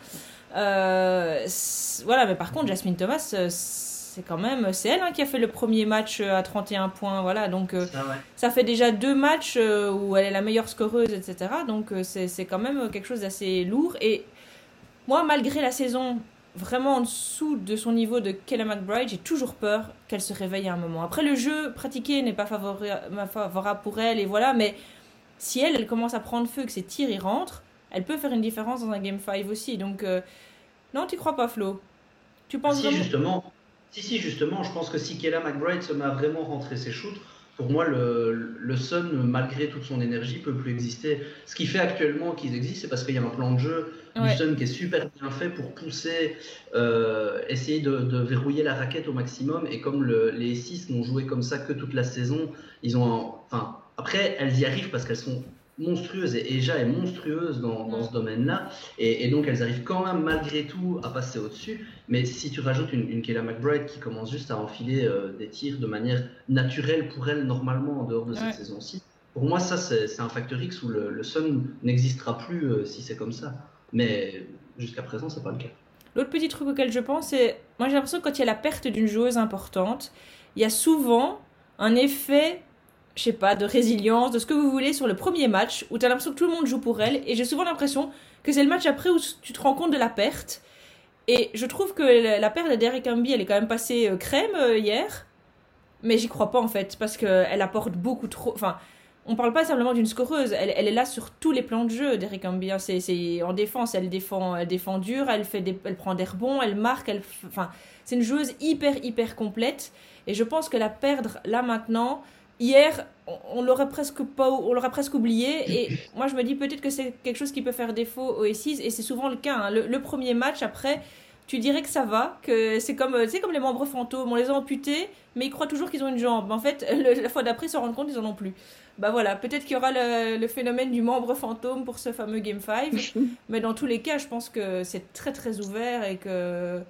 Euh, voilà, mais par contre Jasmine Thomas, euh, c'est quand même c'est elle hein, qui a fait le premier match à trente et un points. Voilà, donc euh, Ça, ouais. ça fait déjà deux matchs euh, où elle est la meilleure scoreuse, et cetera. Donc euh, c'est c'est quand même quelque chose d'assez lourd. Et moi, malgré la saison vraiment en dessous de son niveau de Kayla McBride, j'ai toujours peur qu'elle se réveille à un moment. Après, le jeu pratiqué n'est pas favori- favorable pour elle, et voilà, mais si elle, elle commence à prendre feu, que ses tirs y rentrent, elle peut faire une différence dans un Game cinq aussi. Donc, euh, non, tu crois pas, Flo? Tu penses Si vraiment... justement, si, si, justement, je pense que si Kayla McBride se met à vraiment rentrer ses shoots, pour moi, le, le Sun, malgré toute son énergie, peut plus exister. Ce qui fait actuellement qu'ils existent, c'est parce qu'il y a un plan de jeu Ouais. du Sun qui est super bien fait pour pousser, euh, essayer de, de verrouiller la raquette au maximum. Et comme le, les six n'ont joué comme ça que toute la saison, ils ont, un- enfin, après, elles y arrivent parce qu'elles sont monstrueuses et Eja est monstrueuse dans, dans ce domaine-là. Et, et donc, elles arrivent quand même, malgré tout, à passer au-dessus. Mais si tu rajoutes une, une Kayla McBride qui commence juste à enfiler euh, des tirs de manière naturelle pour elle, normalement, en dehors de cette Ouais. saison-ci, pour moi, ça, c'est c'est un facteur X où le, le Sun n'existera plus euh, si c'est comme ça. Mais jusqu'à présent, c'est pas le cas. L'autre petit truc auquel je pense, c'est... Moi, j'ai l'impression que quand il y a la perte d'une joueuse importante, il y a souvent un effet, je sais pas, de résilience, de ce que vous voulez, sur le premier match, où tu as l'impression que tout le monde joue pour elle, et j'ai souvent l'impression que c'est le match après où tu te rends compte de la perte. Et je trouve que la la perte de Derek Hamby, elle est quand même passée euh, crème euh, hier, mais j'y crois pas en fait, parce qu'elle apporte beaucoup trop... Enfin, on parle pas simplement d'une scoreuse, elle, elle est là sur tous les plans de jeu, Derek Hamby. Hein. C'est, c'est en défense, elle défend, elle défend dur, elle, fait des, elle prend des rebonds, elle marque, elle, f- enfin, c'est une joueuse hyper, hyper complète. Et je pense que la perdre là maintenant, hier, on, on l'aurait presque pas, on l'aurait presque oublié. Et moi, je me dis peut-être que c'est quelque chose qui peut faire défaut aux Aces, et c'est souvent le cas. Hein. Le, le premier match, après, tu dirais que ça va, que c'est comme, tu sais, comme les membres fantômes, on les a amputés, mais ils croient toujours qu'ils ont une jambe. En fait, le- la fois d'après, ils se rendent compte qu'ils en ont plus. Bah voilà, peut-être qu'il y aura le, le phénomène du membre fantôme pour ce fameux Game cinq, mais dans tous les cas, je pense que c'est très très ouvert et que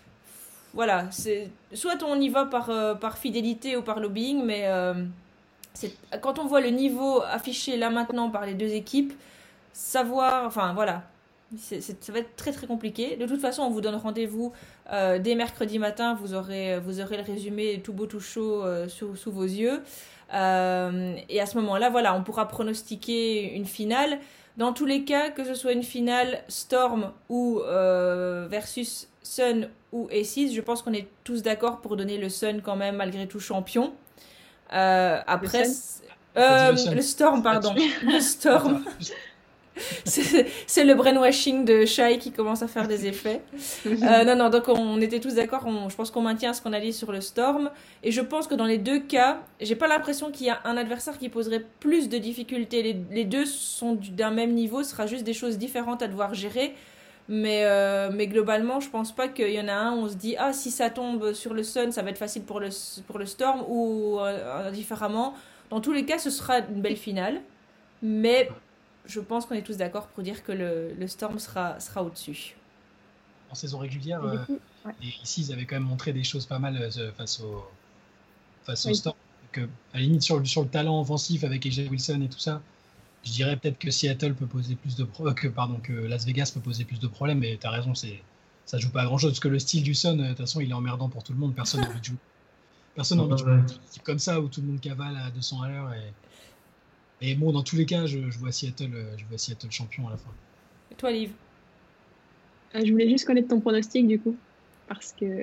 voilà, c'est soit on y va par, euh, par fidélité ou par lobbying, mais euh, c'est, quand on voit le niveau affiché là maintenant par les deux équipes, savoir, enfin voilà, c'est, c'est- ça va être très très compliqué. De toute façon, on vous donne rendez-vous euh, dès mercredi matin, vous aurez, vous aurez le résumé tout beau tout chaud euh, sous, sous vos yeux. Euh, et à ce moment-là, voilà, on pourra pronostiquer une finale. Dans tous les cas, que ce soit une finale Storm ou euh, versus Sun ou Aces, je pense qu'on est tous d'accord pour donner le Sun quand même malgré tout champion. Euh, après, Sun c'est- euh, Le Sun. le Storm, pardon, le Storm. Attends, C'est c'est le brainwashing de Shai qui commence à faire des effets. Euh, non, non, donc on était tous d'accord. on- Je pense qu'on maintient ce qu'on a dit sur le Storm. Et je pense que dans les deux cas, j'ai pas l'impression qu'il y a un adversaire qui poserait plus de difficultés. Les, les deux sont du- d'un même niveau. Ce sera juste des choses différentes à devoir gérer. Mais, euh, mais globalement, je pense pas qu'il y en a un où on se dit ah, si ça tombe sur le Sun, ça va être facile pour le, pour le Storm ou euh, différemment. Dans tous les cas, ce sera une belle finale. Mais je pense qu'on est tous d'accord pour dire que le, le Storm sera, sera au-dessus. en saison régulière, Et du euh, coup, ouais. et ici, ils avaient quand même montré des choses pas mal euh, face au, face au Oui. Storm. Que, à la limite, sur le, sur le talent offensif avec A J Wilson et tout ça, je dirais peut-être que Seattle peut poser plus de pro- euh, que pardon que Las Vegas peut poser plus de problèmes. Mais t'as raison, c'est ça joue pas à grand chose parce que le style du Sun, euh, de toute façon, il est emmerdant pour tout le monde. Personne n'a envie de jouer. Personne n'a envie de jouer Ouais. une équipe comme ça où tout le monde cavale à deux cents à l'heure. Et, et bon, dans tous les cas, je, je vois Seattle, euh, je vois Seattle champion à la fin. Et toi, Liv? Euh, je voulais juste connaître ton pronostic du coup, parce que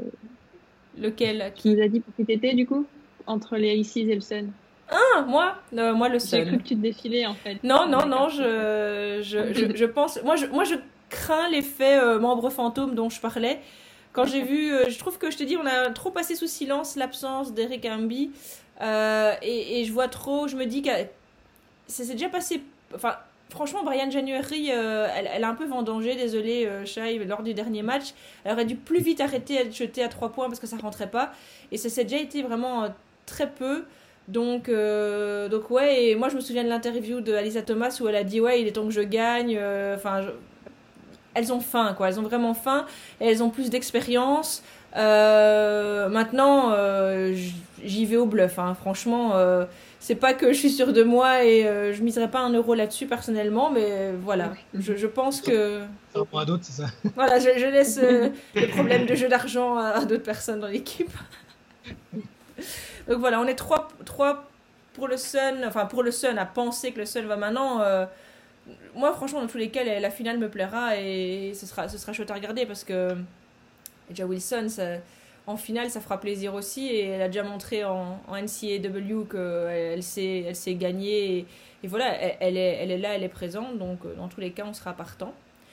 Lequel? tu Qui? nous as dit pour qui t'étais du coup, entre les Aces et le Sun. Ah, moi? Euh, moi, le J'ai cru Sun. que tu te défilais en fait. Non, non, non, D'accord. je, je, je, je pense... Moi, je, moi, je crains l'effet euh, membre fantôme dont je parlais. Quand j'ai vu... euh, je trouve que, je te dis, on a trop passé sous silence l'absence d'Eric Hamby. Euh, et, et je vois trop... Je me dis que c'est c'est déjà passé... Enfin, franchement, Brian January, euh, elle, elle a un peu vendangé, désolée, euh, Shai, lors du dernier match. Elle aurait dû plus vite arrêter d'être jetée à trois points parce que ça rentrait pas. Et ça s'est déjà été vraiment euh, très peu. Donc, euh, donc ouais, et moi je me souviens de l'interview de Alyssa Thomas où elle a dit ouais, il est temps que je gagne. euh, Enfin, je- elles ont faim, quoi. Elles ont vraiment faim et elles ont plus d'expérience. Euh, maintenant, euh, j'y vais au bluff, hein. Franchement, euh, c'est pas que je suis sûre de moi et euh, je miserai pas un euro là-dessus personnellement, mais voilà, je, je pense que... Ça à d'autres, c'est ça. Voilà, je, je laisse euh, le problème de jeu d'argent à, à d'autres personnes dans l'équipe. Donc voilà, on est trois, trois pour le Sun, enfin pour le Sun à penser que le Sun va maintenant. Euh, moi, franchement, dans tous les cas, la, la finale me plaira et ce sera, ce sera chouette à regarder parce que déjà Wilson, ça, en finale, ça fera plaisir aussi et elle a déjà montré en, en N C A A W qu'elle elle sait, elle sait gagner et, et voilà, elle, elle, est, elle est là, elle est présente, donc dans tous les cas, on sera partant.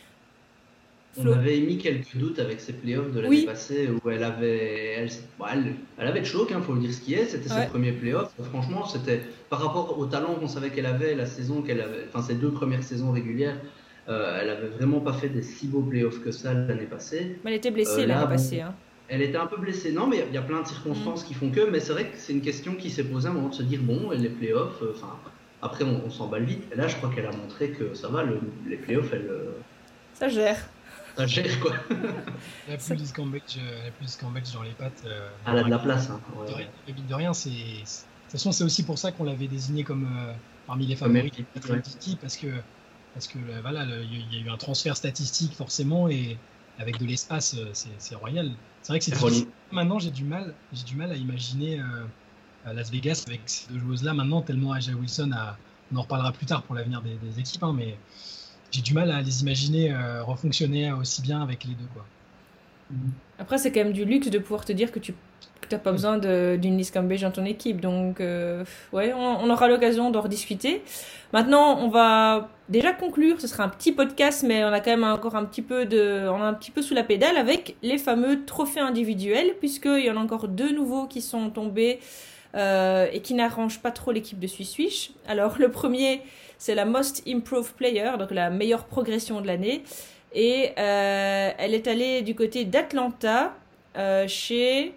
On avait émis quelques doutes avec ses playoffs de l'année oui. passée où elle avait, elle, bon, elle, elle avait de choc, il hein, faut le dire ce qui est, c'était ouais. ses premiers playoffs. Franchement, c'était par rapport au talent qu'on savait qu'elle avait, la saison qu'elle avait, enfin ses deux premières saisons régulières, euh, elle avait vraiment pas fait des si beaux playoffs que ça l'année passée. Mais elle était blessée euh, là, l'année passée. Hein. Elle était un peu blessée, non, mais il y a plein de circonstances mmh. qui font que, mais c'est vrai que c'est une question qui s'est posée à un moment de se dire bon, les playoffs, enfin euh, après on, on s'emballe vite. Et là, je crois qu'elle a montré que ça va, le, les playoffs, elle. Euh... Ça gère. Ça gère quoi. Elle a plus de Cambridge, elle a plus de Cambridge dans les pattes. Euh, elle a de la place. Hein. Ouais. De, rien, de rien, c'est. De toute façon, c'est aussi pour ça qu'on l'avait désigné comme euh, parmi les favoris de Patrick Titi, parce que parce que euh, voilà, il y a eu un transfert statistique forcément et avec de l'espace, c'est, c'est royal. C'est vrai que c'est difficile. Maintenant, j'ai du mal, j'ai du mal à imaginer euh, Las Vegas avec ces deux joueuses-là. Maintenant, tellement A'ja Wilson a, on en reparlera plus tard pour l'avenir des, des équipes, hein, mais j'ai du mal à les imaginer euh, refonctionner aussi bien avec les deux, quoi. Après, c'est quand même du luxe de pouvoir te dire que tu n'as pas besoin de, d'une Liz Cambage dans ton équipe. Donc, euh, ouais, on, on aura l'occasion d'en rediscuter. Maintenant, on va déjà conclure. Ce sera un petit podcast, mais on a quand même encore un petit peu de, on a un petit peu sous la pédale avec les fameux trophées individuels, puisqu'il y en a encore deux nouveaux qui sont tombés euh, et qui n'arrangent pas trop l'équipe de Swiss-Swish. Alors, le premier, c'est la Most Improved Player, donc la meilleure progression de l'année. Et euh, elle est allée du côté d'Atlanta, euh, chez...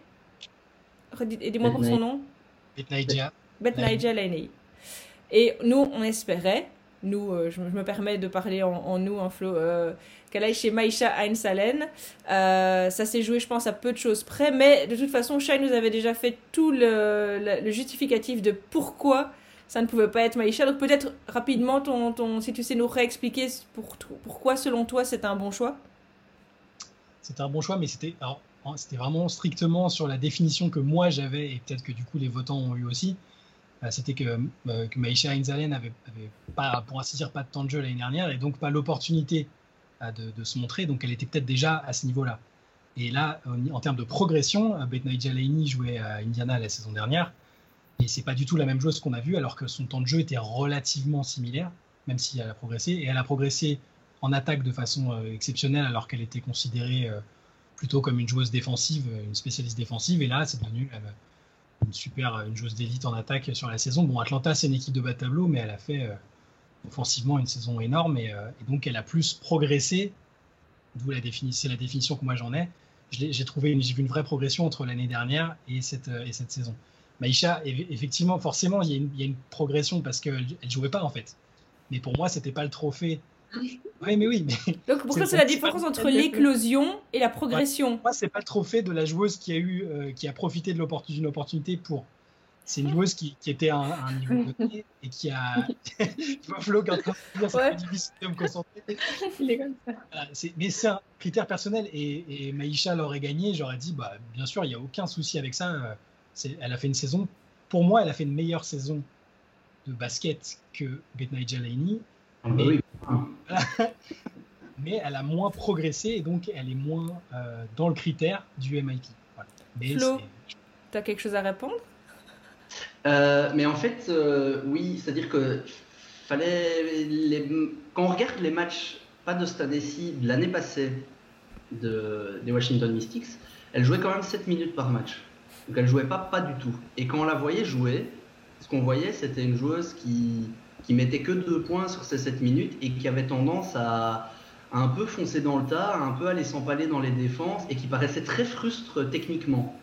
Aidez-moi pour son nom. Betnaija. Betnaija Laney. Et nous, on espérait, nous, euh, je, je me permets de parler en, en nous, en Flo, euh, qu'elle aille chez Maïcha Ainsalen. Euh, ça s'est joué, je pense, à peu de choses près. Mais de toute façon, Shai nous avait déjà fait tout le, le, le justificatif de pourquoi ça ne pouvait pas être Maïcha. Donc peut-être rapidement, ton, ton, si tu sais nous réexpliquer pour, pourquoi, selon toi, c'est un bon choix. C'était un bon choix, mais c'était, alors, c'était vraiment strictement sur la définition que moi j'avais, et peut-être que du coup les votants ont eu aussi. C'était que, euh, que Maïcha Ainsalen avait, avait pas, pour ainsi dire, pas de temps de jeu l'année dernière, et donc pas l'opportunité euh, de, de se montrer. Donc elle était peut-être déjà à ce niveau-là. Et là, en, en termes de progression, Betnaija Laney jouait à Indiana la saison dernière. Et c'est pas du tout la même chose qu'on a vu, alors que son temps de jeu était relativement similaire, même si elle a progressé. Et elle a progressé en attaque de façon euh, exceptionnelle, alors qu'elle était considérée euh, plutôt comme une joueuse défensive, une spécialiste défensive. Et là, c'est devenu euh, une super, une joueuse d'élite en attaque sur la saison. Bon, Atlanta, c'est une équipe de bas de tableau, mais elle a fait euh, offensivement une saison énorme. Et, euh, et donc, elle a plus progressé, d'où la définition, c'est la définition que moi j'en ai. Je l'ai, j'ai trouvé une, j'ai vu une vraie progression entre l'année dernière et cette, euh, et cette saison. Maïcha, effectivement, forcément, il y, a une, il y a une progression parce qu'elle ne jouait pas, en fait. Mais pour moi, ce n'était pas le trophée. Oui, mais oui. Mais donc, pourquoi c'est, c'est la différence entre l'éclosion et la progression? Pour moi, ce n'est pas le trophée de la joueuse qui a, eu, euh, qui a profité de l'opportun, d'une opportunité pour... C'est une joueuse qui, qui était à un, un niveau donné et qui a... Tu vois Flo qui est en train de dire, c'est difficile de me concentrer. Il est comme ça. Voilà, c'est... Mais c'est un critère personnel. Et, et Maïcha l'aurait gagné. J'aurais dit, bah, bien sûr, il n'y a aucun souci avec ça. Euh, C'est, elle a fait une saison, pour moi, elle a fait une meilleure saison de basket que Betnaija Laney, ah mais, oui. voilà, mais elle a moins progressé et donc elle est moins euh, dans le critère du M I P. Voilà. Mais Flo, tu as quelque chose à répondre? euh, Mais en fait, euh, oui, c'est-à-dire que fallait les... quand on regarde les matchs, pas de cette année-ci, de l'année passée de... des Washington Mystics, elle jouait quand même sept minutes par match. Donc elle jouait pas, pas du tout. Et quand on la voyait jouer, ce qu'on voyait, c'était une joueuse qui, qui mettait que deux points sur ces sept minutes et qui avait tendance à, à un peu foncer dans le tas, à un peu aller s'empaler dans les défenses et qui paraissait très frustre techniquement.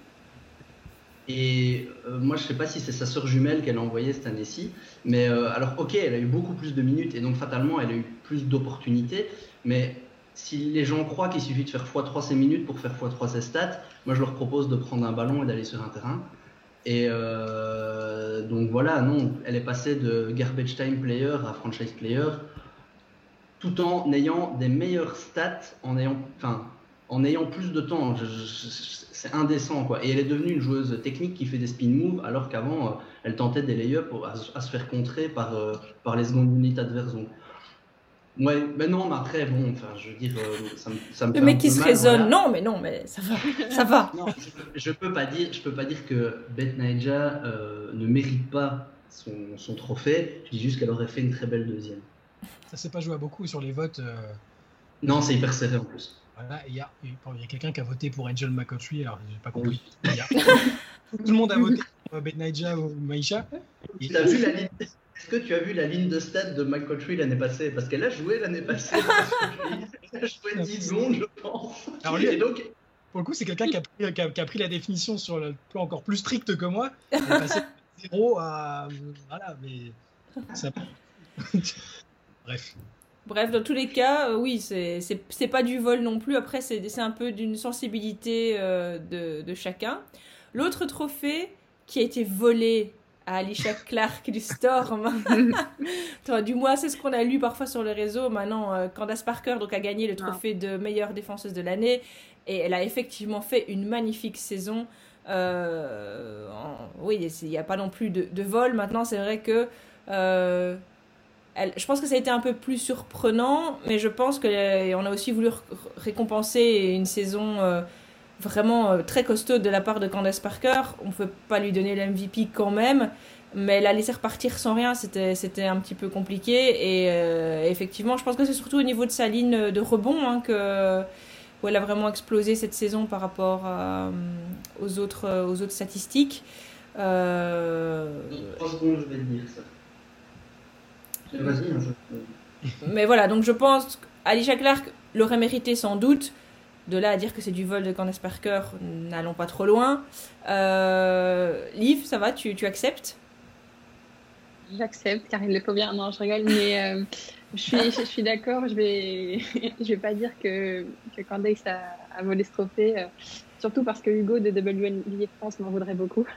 Et euh, moi, je sais pas si c'est sa sœur jumelle qu'elle a envoyée cette année-ci, mais euh, alors ok, elle a eu beaucoup plus de minutes et donc fatalement, elle a eu plus d'opportunités, mais si les gens croient qu'il suffit de faire fois trois ses minutes pour faire fois trois ses stats, moi je leur propose de prendre un ballon et d'aller sur un terrain. Et euh, donc voilà, non, elle est passée de garbage time player à franchise player, tout en ayant des meilleures stats, en ayant, enfin, en ayant plus de temps. Je, je, c'est indécent, quoi. Et elle est devenue une joueuse technique qui fait des spin moves, alors qu'avant, euh, elle tentait des lay-ups à, à se faire contrer par, euh, par les secondes unités adverses. Donc, ouais, mais non, mais après, bon, enfin, je veux dire, euh, ça me, ça me Le fait mec un qui peu se mal, raisonne, voilà. non, mais non, mais ça va, ça va. Non, je, je peux pas dire, je peux pas dire que Beth Naija euh, ne mérite pas son, son trophée. Je dis juste qu'elle aurait fait une très belle deuxième. Ça s'est pas joué à beaucoup sur les votes. Euh... Non, c'est hyper serré en plus. Voilà, il y a, il y a quelqu'un qui a voté pour Angel McCoughtry, alors j'ai pas compris. Oui. Il y a... Tout le monde a voté pour Beth Naija ou Maïcha. Et... T'as vu la ligne... Est-ce que tu as vu la ligne de stats de McCoughtry l'année passée? Parce qu'elle a joué l'année passée. Elle a joué dix secondes, je pense. Alors lui, et donc... Pour le coup, c'est quelqu'un qui a, pris, qui, a, qui a pris la définition sur le plan encore plus strict que moi. Elle est passée de zéro à... Voilà, mais... Ça... Bref. Bref, dans tous les cas, euh, oui, c'est, c'est, c'est pas du vol non plus. Après, c'est, c'est un peu d'une sensibilité euh, de, de chacun. L'autre trophée qui a été volé à Alicia Clark du Storm, du moins c'est ce qu'on a lu parfois sur le réseau. Maintenant, euh, Candace Parker donc, a gagné le trophée de meilleure défenseuse de l'année et elle a effectivement fait une magnifique saison. Euh, en, oui, il n'y a pas non plus de, de vol. Maintenant, c'est vrai que... Euh, Elle, je pense que ça a été un peu plus surprenant, mais je pense qu'on a aussi voulu récompenser une saison euh, vraiment euh, très costaud de la part de Candace Parker. On ne peut pas lui donner l'M V P quand même, mais la laisser repartir sans rien, c'était, c'était un petit peu compliqué. Et euh, effectivement, je pense que c'est surtout au niveau de sa ligne de rebond hein, que, où elle a vraiment explosé cette saison par rapport à, aux, autres, aux autres statistiques. Euh... trois secondes, je vais te dire ça. Vas-y, je... Mais voilà, donc je pense qu'Alicia Clark l'aurait mérité sans doute. De là à dire que c'est du vol de Candace Parker, n'allons pas trop loin. Euh... Liv, ça va, tu, tu acceptes? J'accepte, car il le faut bien. Non, je rigole, mais euh, je, suis, je, je suis d'accord. Je vais, je vais pas dire que, que Candace a, a volé ce trophée, euh, surtout parce que Hugo de W N B A France m'en voudrait beaucoup.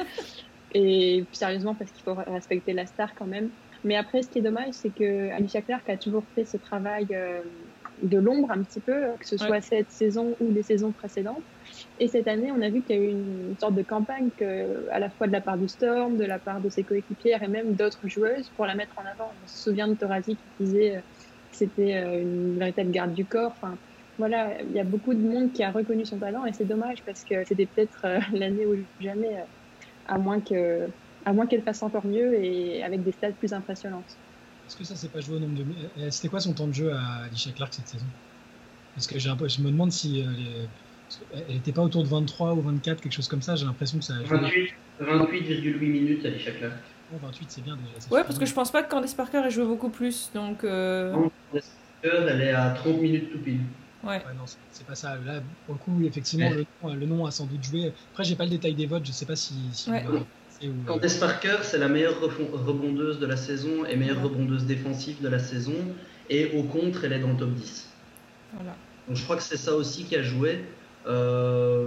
Et sérieusement, parce qu'il faut respecter la star quand même. Mais après, ce qui est dommage, c'est que Alicia Clark a toujours fait ce travail euh, de l'ombre un petit peu, que ce soit ouais. cette saison ou les saisons précédentes. Et cette année, on a vu qu'il y a eu une sorte de campagne que, à la fois de la part du Storm, de la part de ses coéquipières et même d'autres joueuses pour la mettre en avant. On se souvient de Taurasi qui disait euh, que c'était euh, une véritable garde du corps. Enfin, voilà, il y a beaucoup de monde qui a reconnu son talent et c'est dommage parce que c'était peut-être euh, l'année ou jamais, euh, à moins que... à moins qu'elle fasse encore mieux et avec des stats plus impressionnantes. Est-ce que ça s'est pas joué au nombre de... C'était quoi son temps de jeu à Alicia Clark cette saison? Parce que j'ai un peu... je me demande si euh, les... elle n'était pas autour de vingt-trois ou vingt-quatre, quelque chose comme ça. J'ai l'impression que ça a joué... vingt-huit virgule huit minutes Alicia Clark. Bon, vingt-huit, c'est bien déjà. C'est ouais, parce que je pense pas que Candace Parker ait joué beaucoup plus. Donc, euh... non, Candace Parker, elle est à trente minutes tout pile. Ouais. ouais non, c'est, c'est pas ça. Là, pour le coup, effectivement, ouais. le, le nom a sans doute joué. Après, j'ai pas le détail des votes. Je sais pas si... si ouais. Candace Parker, c'est la meilleure rebondeuse de la saison et meilleure rebondeuse défensive de la saison. Et au contre, elle est dans le top dix. Voilà. Donc je crois que c'est ça aussi qui a joué. Euh...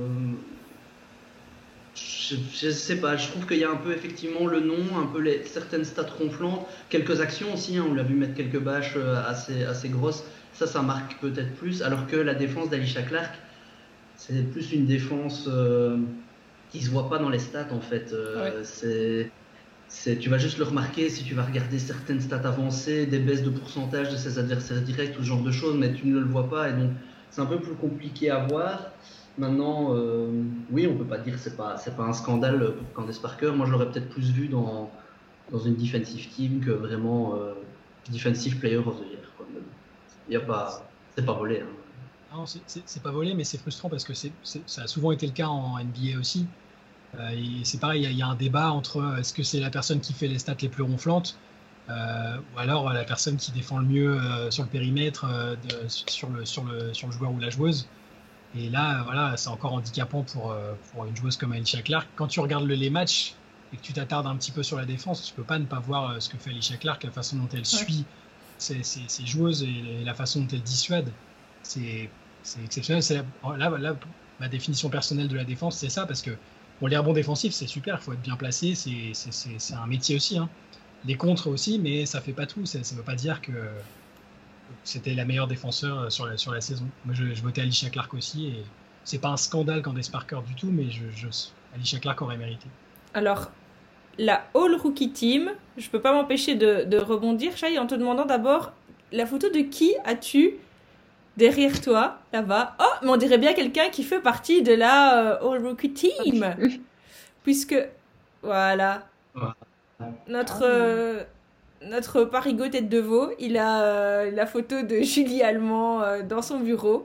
Je, je sais pas, je trouve qu'il y a un peu effectivement le nom, un peu les, certaines stats ronflantes, quelques actions aussi, hein, on l'a vu mettre quelques bâches assez, assez grosses. Ça, ça marque peut-être plus. Alors que la défense d'Alicia Clark, c'est plus une défense... Euh... qui se voit pas dans les stats en fait. Euh, ouais. c'est, c'est, tu vas juste le remarquer si tu vas regarder certaines stats avancées, des baisses de pourcentage de ses adversaires directs ou ce genre de choses, mais tu ne le vois pas et donc c'est un peu plus compliqué à voir. Maintenant, euh, oui, on peut pas dire que c'est pas, c'est pas un scandale pour Candace Parker. Moi, je l'aurais peut-être plus vu dans, dans une defensive team que vraiment euh, defensive player of the year. Quoi. Il y a pas, c'est pas volé. Hein. Non, c'est, c'est, c'est pas volé, mais c'est frustrant parce que c'est, c'est, ça a souvent été le cas en N B A aussi. Euh, et c'est pareil, il y, y a un débat entre est-ce que c'est la personne qui fait les stats les plus ronflantes euh, ou alors la personne qui défend le mieux euh, sur le périmètre, euh, de, sur, le, sur, le, sur le joueur ou la joueuse. Et là, voilà, c'est encore handicapant pour, pour une joueuse comme Alicia Clark. Quand tu regardes le, les matchs et que tu t'attardes un petit peu sur la défense, tu peux pas ne pas voir ce que fait Alicia Clark, la façon dont elle suit ouais. ses, ses, ses joueuses et la façon dont elle dissuade. c'est, c'est exceptionnel. C'est la, là, là, ma définition personnelle de la défense, c'est ça, parce que bon, les rebonds défensifs, c'est super, il faut être bien placé, c'est, c'est, c'est, c'est un métier aussi. Hein. Les contres aussi, mais ça fait pas tout. Ça ne veut pas dire que c'était la meilleure défenseur sur la, sur la saison. Moi, je, je votais Alicia Clark aussi, et c'est pas un scandale Candace Parker du tout, mais je, je, Alicia Clark aurait mérité. Alors, la All Rookie Team, je peux pas m'empêcher de, de rebondir, Shai, en te demandant d'abord la photo de qui as-tu derrière toi, là-bas. Oh, mais on dirait bien quelqu'un qui fait partie de la euh, All Rookie Team. Puisque, voilà, notre, euh, notre parigot tête de veau, il a euh, la photo de Julie Allemand euh, dans son bureau.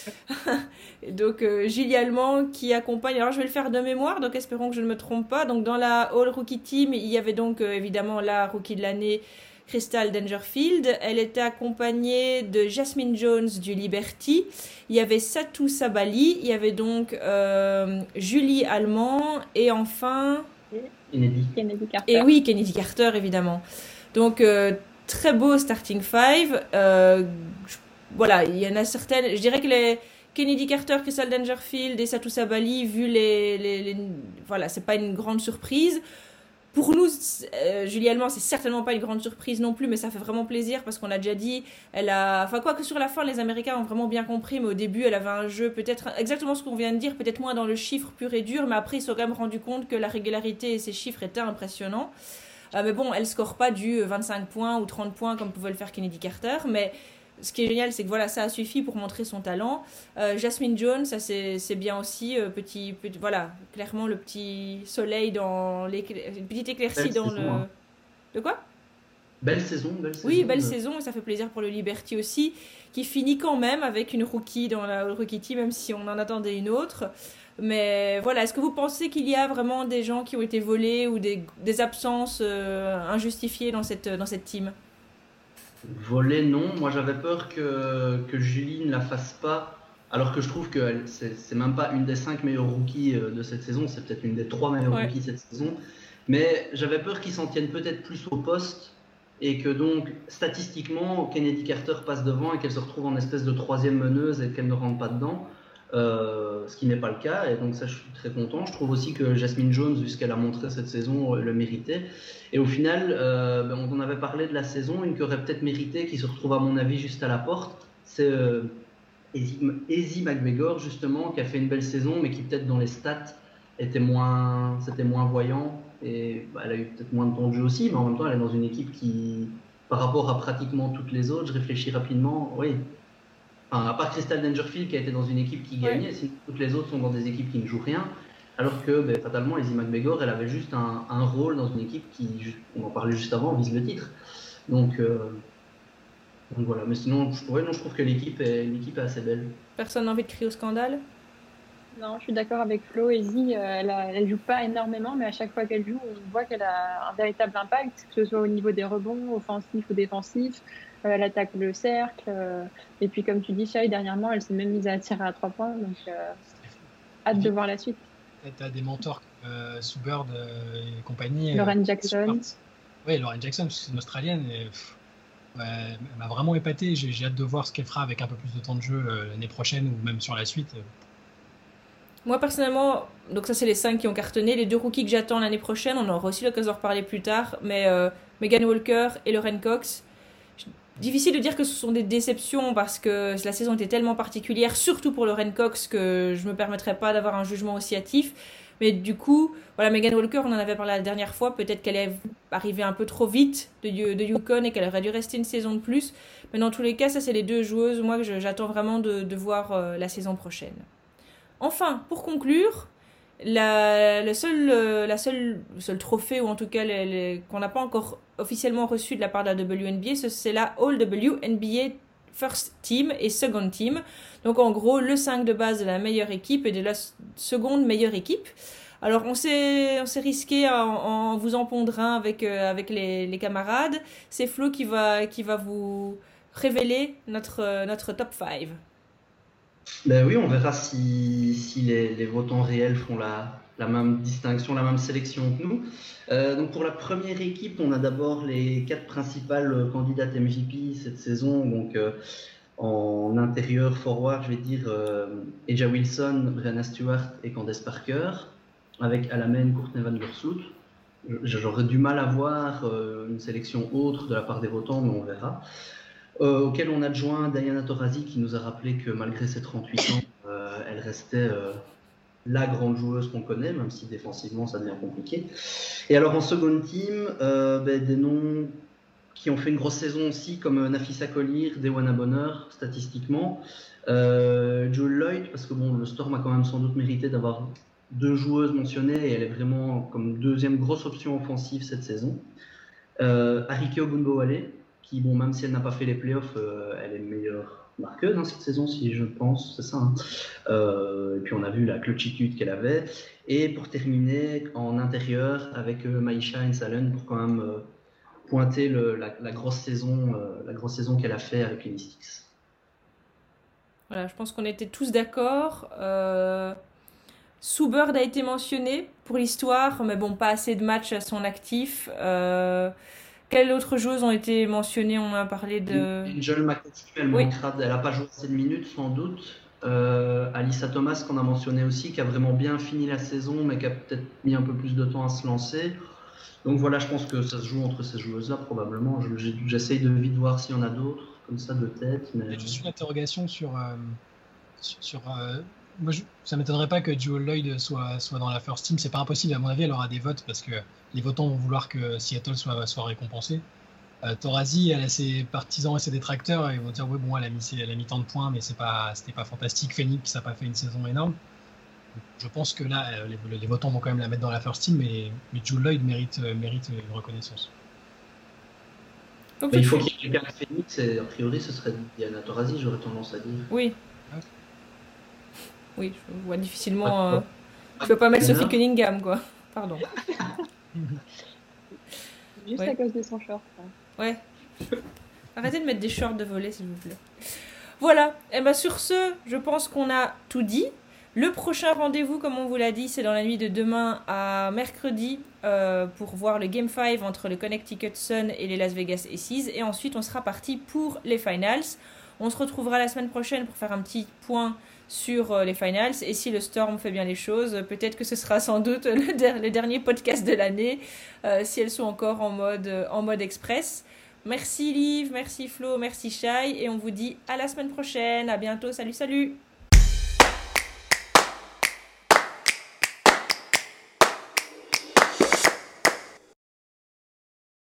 Donc, euh, Julie Allemand qui accompagne, alors je vais le faire de mémoire, donc espérons que je ne me trompe pas. Donc, dans la All Rookie Team, il y avait donc euh, évidemment la Rookie de l'année, Crystal Dangerfield. Elle était accompagnée de Jasmine Jones du Liberty. Il y avait Satou Sabali. Il y avait donc euh, Julie Allemand. Et enfin... Kennedy. Kennedy Carter. Et oui, Kennedy Carter, évidemment. Donc, euh, très beau starting five. Euh, voilà, il y en a certaines... Je dirais que les... Kennedy Carter, Crystal Dangerfield et Satou Sabali, vu les... les, les voilà, c'est pas une grande surprise. Pour nous, euh, Julie Allemand, c'est certainement pas une grande surprise non plus, mais ça fait vraiment plaisir parce qu'on l'a déjà dit. Elle a, enfin quoi que sur la fin, les Américains ont vraiment bien compris, mais au début, elle avait un jeu peut-être exactement ce qu'on vient de dire, peut-être moins dans le chiffre pur et dur, mais après ils se sont quand même rendu compte que la régularité et ses chiffres étaient impressionnants. Euh, mais bon, elle score pas du vingt-cinq points ou trente points comme pouvait le faire Kennedy Carter, mais ce qui est génial, c'est que voilà, ça a suffi pour montrer son talent. Euh, Jasmine Jones, ça c'est, c'est bien aussi, euh, petit, petit, voilà, clairement le petit soleil dans les, une petite éclaircie belle dans saison, le. Hein. De quoi ? Belle saison, belle saison. Oui, belle de... saison, et ça fait plaisir pour le Liberty aussi, qui finit quand même avec une rookie dans la rookie team, même si on en attendait une autre. Mais voilà, est-ce que vous pensez qu'il y a vraiment des gens qui ont été volés ou des, des absences euh, injustifiées dans cette, dans cette team ? Volée, non. Moi, j'avais peur que, que Julie ne la fasse pas, alors que je trouve que elle, c'est, c'est même pas une des cinq meilleures rookies de cette saison, c'est peut-être une des trois meilleures Ouais. rookies cette saison. Mais j'avais peur qu'ils s'en tiennent peut-être plus au poste et que donc, statistiquement, Kennedy Carter passe devant et qu'elle se retrouve en espèce de troisième meneuse et qu'elle ne rentre pas dedans. Euh, ce qui n'est pas le cas, et donc ça je suis très content. Je trouve aussi que Jasmine Jones, vu ce qu'elle a montré cette saison, le méritait. Et au final, euh, ben, on en avait parlé de la saison, une qui aurait peut-être mérité, qui se retrouve à mon avis juste à la porte, c'est euh, Ezzy McGregor justement, qui a fait une belle saison, mais qui peut-être dans les stats était moins, c'était moins voyant, et bah, elle a eu peut-être moins de temps de jeu aussi, mais en même temps elle est dans une équipe qui, par rapport à pratiquement toutes les autres, je réfléchis rapidement, oui. Enfin, à part Crystal Dangerfield qui a été dans une équipe qui gagnait, ouais. Sinon toutes les autres sont dans des équipes qui ne jouent rien. Alors que ben, fatalement, Ezzy McGregor, elle avait juste un, un rôle dans une équipe qui, on en parlait juste avant, vise le titre. Donc, euh, donc voilà. Mais sinon, je, ouais, non, je trouve que l'équipe est, l'équipe est assez belle. Personne n'a envie de crier au scandale ? Non, je suis d'accord avec Flo. Ezzy, euh, elle ne joue pas énormément, mais à chaque fois qu'elle joue, on voit qu'elle a un véritable impact, que ce soit au niveau des rebonds, offensifs ou défensifs. Euh, elle attaque le cercle. Euh, et puis, comme tu dis, Shai, dernièrement, elle s'est même mise à tirer à trois points. Donc, euh, hâte de voir la suite. Tu as des mentors comme euh, Sue Bird euh, et compagnie. Lauren euh, Jackson. Oui, Lauren Jackson, parce que c'est une Australienne. Et, pff, ouais, elle m'a vraiment épaté. J'ai, j'ai hâte de voir ce qu'elle fera avec un peu plus de temps de jeu euh, l'année prochaine ou même sur la suite. Moi, personnellement, donc ça, c'est les cinq qui ont cartonné. Les deux rookies que j'attends l'année prochaine, on aura aussi l'occasion d'en reparler plus tard, mais euh, Megan Walker et Lauren Cox. Difficile de dire que ce sont des déceptions parce que la saison était tellement particulière, surtout pour Lauren Cox, que je ne me permettrais pas d'avoir un jugement aussi hâtif. Mais du coup, voilà, Megan Walker, on en avait parlé la dernière fois, peut-être qu'elle est arrivée un peu trop vite de, de Yukon et qu'elle aurait dû rester une saison de plus. Mais dans tous les cas, ça, c'est les deux joueuses, moi, que je, j'attends vraiment de, de voir euh, la saison prochaine. Enfin, pour conclure, la, le, seul, euh, la seule, le seul trophée, ou en tout cas les, les, qu'on n'a pas encore officiellement reçu de la part de la W N B A, c'est la All W N B A First Team et Second Team. Donc en gros, le cinq de base de la meilleure équipe et de la seconde meilleure équipe. Alors on s'est, on s'est risqué en, en vous en pondre un avec, euh, avec les, les camarades. C'est Flo qui va, qui va vous révéler notre, euh, notre top cinq. Ben oui, on verra si, si les, les votants réels font la, la même distinction, la même sélection que nous. Euh, donc pour la première équipe, on a d'abord les quatre principales candidates M V P cette saison. Donc euh, En intérieur forward, je vais dire euh, Eja Wilson, Brianna Stewart et Candace Parker, avec à la main Courtney Van Der Sloot. J'aurais du mal à voir euh, une sélection autre de la part des votants, mais on verra. Euh, auquel on adjoint Diana Taurasi, qui nous a rappelé que malgré ses trente-huit ans, euh, elle restait euh, la grande joueuse qu'on connaît, même si défensivement ça devient compliqué. Et alors en second team, euh, ben, des noms qui ont fait une grosse saison aussi, comme Nafisa Collier, Dewana Bonheur, statistiquement. Euh, Jewel Lloyd, parce que bon, le Storm a quand même sans doute mérité d'avoir deux joueuses mentionnées, et elle est vraiment comme deuxième grosse option offensive cette saison. Euh, Arike Ogunbowale, qui, bon, même si elle n'a pas fait les playoffs, euh, elle est meilleure marqueuse hein, cette saison, si je pense, c'est ça. Hein. Euh, et puis on a vu la clutchitude qu'elle avait. Et pour terminer, en intérieur, avec euh, Maïcha Ensalen, pour quand même... Euh, pointer le, la, la grosse saison, euh, la grosse saison qu'elle a fait avec les Mystics. Voilà, je pense qu'on était tous d'accord. Euh, Sue Bird a été mentionné pour l'histoire, mais bon, pas assez de matchs à son actif. Euh, quelles autres joueuses ont été mentionnées? On a parlé de... Angel McCarthy, elle oui. manquera, elle n'a pas joué assez de minutes sans doute. Euh, Alyssa Thomas, qu'on a mentionné aussi, qui a vraiment bien fini la saison, mais qui a peut-être mis un peu plus de temps à se lancer. Donc voilà, je pense que ça se joue entre ces joueuses-là, probablement. J'essaye de vite voir s'il y en a d'autres, comme ça, de tête. Mais... Il y a juste une interrogation sur... Euh, sur, sur euh, moi, je, ça ne m'étonnerait pas que Jewel Lloyd soit, soit dans la first team. C'est pas impossible, à mon avis, elle aura des votes, parce que les votants vont vouloir que Seattle soit, soit récompensé. Euh, Taurasi, elle a ses partisans et ses détracteurs, et ils vont dire, oui, bon, elle a mis, elle a mis tant de points, mais c'est pas, c'était pas fantastique. Phoenix n'a pas fait une saison énorme. Je pense que là, les, les votants vont quand même la mettre dans la first team, mais, mais Jewel Lloyd mérite, mérite une reconnaissance. Donc, il faut qu'il y ait quelqu'un de Phoenix, et a priori, ce serait Diana Taurasi, j'aurais tendance à dire. Oui. Oui, je vois difficilement... Euh... Je ne peux pas mettre Sophie Cunningham, quoi. Pardon. Juste ouais. à cause de son short. Hein. Ouais. Arrêtez de mettre des shorts de volley, s'il vous plaît. Voilà. Et bien sur ce, je pense qu'on a tout dit. Le prochain rendez-vous, comme on vous l'a dit, c'est dans la nuit de demain à mercredi euh, pour voir le Game cinq entre le Connecticut Sun et les Las Vegas Aces. Et ensuite, on sera parti pour les Finals. On se retrouvera la semaine prochaine pour faire un petit point sur euh, les Finals. Et si le Storm fait bien les choses, peut-être que ce sera sans doute le, der- le dernier podcast de l'année, euh, si elles sont encore en mode, euh, en mode express. Merci Liv, merci Flo, merci Shai. Et on vous dit à la semaine prochaine. À bientôt. Salut, salut.